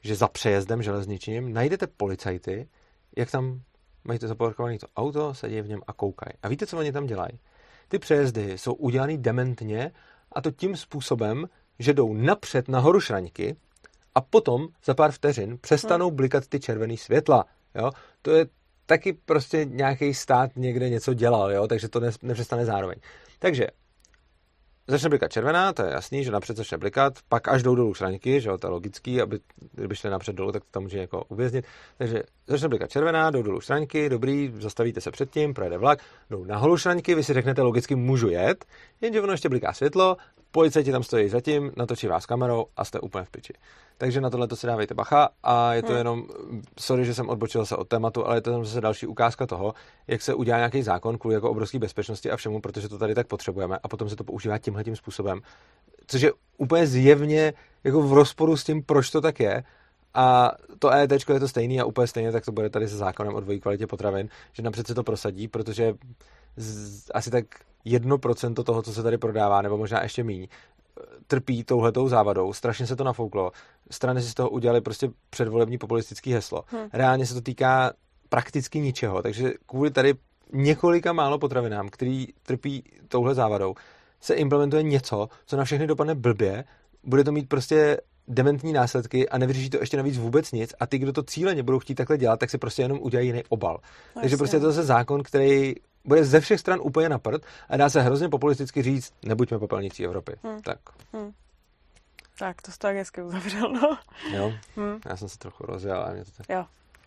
že za přejezdem železničním najdete policajty, jak tam mají to zaparkované to auto, sedí v něm a koukají. A víte, co oni tam dělají? Ty přejezdy jsou udělaný dementně, a to tím způsobem, že jdou napřed nahoru šraňky a potom za pár vteřin přestanou blikat ty červený světla. Jo? To je taky prostě nějaký stát někde něco dělal, jo? Takže to nepřestane zároveň. Takže začne blikat červená, to je jasný, že napřed začne blikat, pak až jdou dolů šraňky, že jo, to je logický, aby kdyby šli napřed dolů, tak to tam může někoho uvěznit. Takže začne blikat červená, jdou dolů šraňky, dobrý, zastavíte se předtím, projede vlak, jdou nahoru šraňky, vy si řeknete logicky můžu jet, jenže ono ještě bliká světlo, policajti tam stojí zatím, natočí vás kamerou a jste úplně v piči. Takže na tohle to si dávejte bacha a je to jenom, sorry, že jsem odbočil se od tématu, ale je to jenom zase další ukázka toho, jak se udělá nějaký zákon kvůli jako obrovské bezpečnosti a všemu, protože to tady tak potřebujeme a potom se to používá tímhletím způsobem, což je úplně zjevně jako v rozporu s tím, proč to tak je. A to EETčko je to stejný a úplně stejně tak to bude tady se zákonem o dvojí kvalitě potravin, že napřed se to prosadí, protože asi tak 1% toho, co se tady prodává, nebo možná ještě míň, trpí touhletou závadou. Strašně se to nafouklo. Strany si z toho udělali prostě předvolební populistický heslo. Reálně se to týká prakticky ničeho, takže kvůli tady několika málo potravinám, který trpí touhle závadou, se implementuje něco, co na všechny dopadne blbě, bude to mít prostě dementní následky a nevyřeší to ještě navíc vůbec nic a ty, kdo to cíleně budou chtít takhle dělat, tak si prostě jenom udělají jiný obal. Takže prostě je to zase zákon, který bude ze všech stran úplně na prd a dá se hrozně populisticky říct, nebuďme popelnicí Evropy. Tak. Tak, to jsi tak hezky uzavřel, no. Jo, já jsem se trochu rozjel, ale mě to tak... Jo.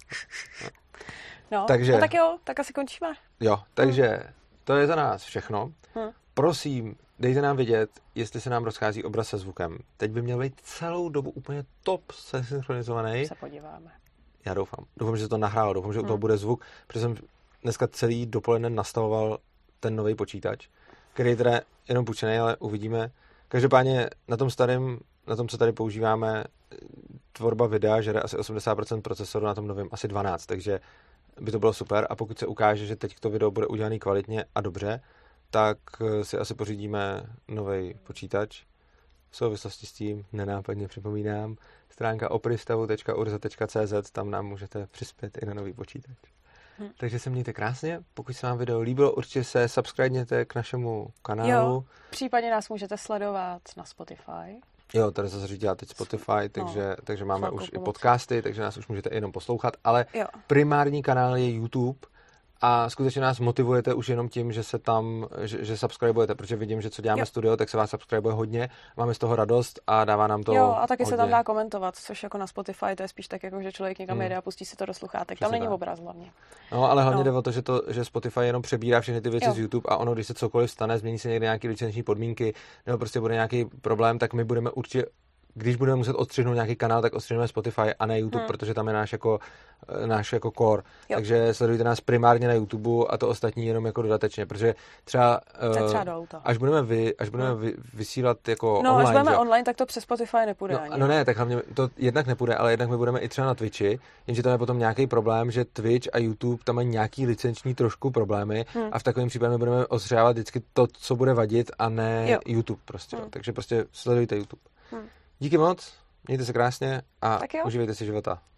No, takže, no tak jo, tak asi končíme. Jo, takže to je za nás všechno. Prosím, dejte nám vědět, jestli se nám rozchází obraz se zvukem. Teď by měl být celou dobu úplně top synchronizovaný. Se podíváme. Já doufám. Doufám, že se to nahrálo. Doufám, že u toho bude zvuk, protože jsem dneska celý dopoledne nastavoval ten nový počítač, který je teda jenom půjčený, ale uvidíme. Každopádně na tom starém, na tom, co tady používáme, tvorba videa žere asi 80% procesoru, na tom novém asi 12%, takže by to bylo super. A pokud se ukáže, že teď to video bude udělané kvalitně a dobře, tak si asi pořídíme nový počítač. V souvislosti s tím nenápadně připomínám stránka opristavu.urza.cz, tam nám můžete přispět i na nový počítač. Takže se mějte krásně, pokud se vám video líbilo, určitě se subscribněte k našemu kanálu. Jo, případně nás můžete sledovat na Spotify. Jo, tady se zařídila teď Spotify, takže máme už i podcasty, takže nás už můžete jenom poslouchat, ale primární kanál je YouTube a skutečně nás motivujete už jenom tím, že se tam, že subscribujete, protože vidím, že co děláme studio, tak se vás subscribuje hodně, máme z toho radost a dává nám to a taky hodně. Se tam dá komentovat, což jako na Spotify, to je spíš tak, jako, že člověk někam jede a pustí si to do sluchátek. Tam není obraz hlavně. No, ale hlavně jde o to, že Spotify jenom přebírá všechny ty věci z YouTube a ono, když se cokoliv stane, změní se někde nějaké licenční podmínky, nebo prostě bude nějaký problém, tak my budeme určitě, když budeme muset odstřihnout nějaký kanál, tak odstřihneme Spotify a ne YouTube, protože tam je náš jako core. Takže sledujte nás primárně na YouTube a to ostatní jenom jako dodatečně, protože třeba až budeme vysílat jako online. Až budeme online, tak to přes Spotify nepůjde ani. No ne, tak hlavně to jednak nepůjde, ale jednak my budeme i třeba na Twitchi, jenže to je potom nějaký problém, že Twitch a YouTube tam mají nějaký licenční trošku problémy a v takovém případě my budeme ostřávat vždycky to, co bude vadit a ne YouTube prostě. Takže prostě sledujte YouTube. Díky moc, mějte se krásně a užívejte si života.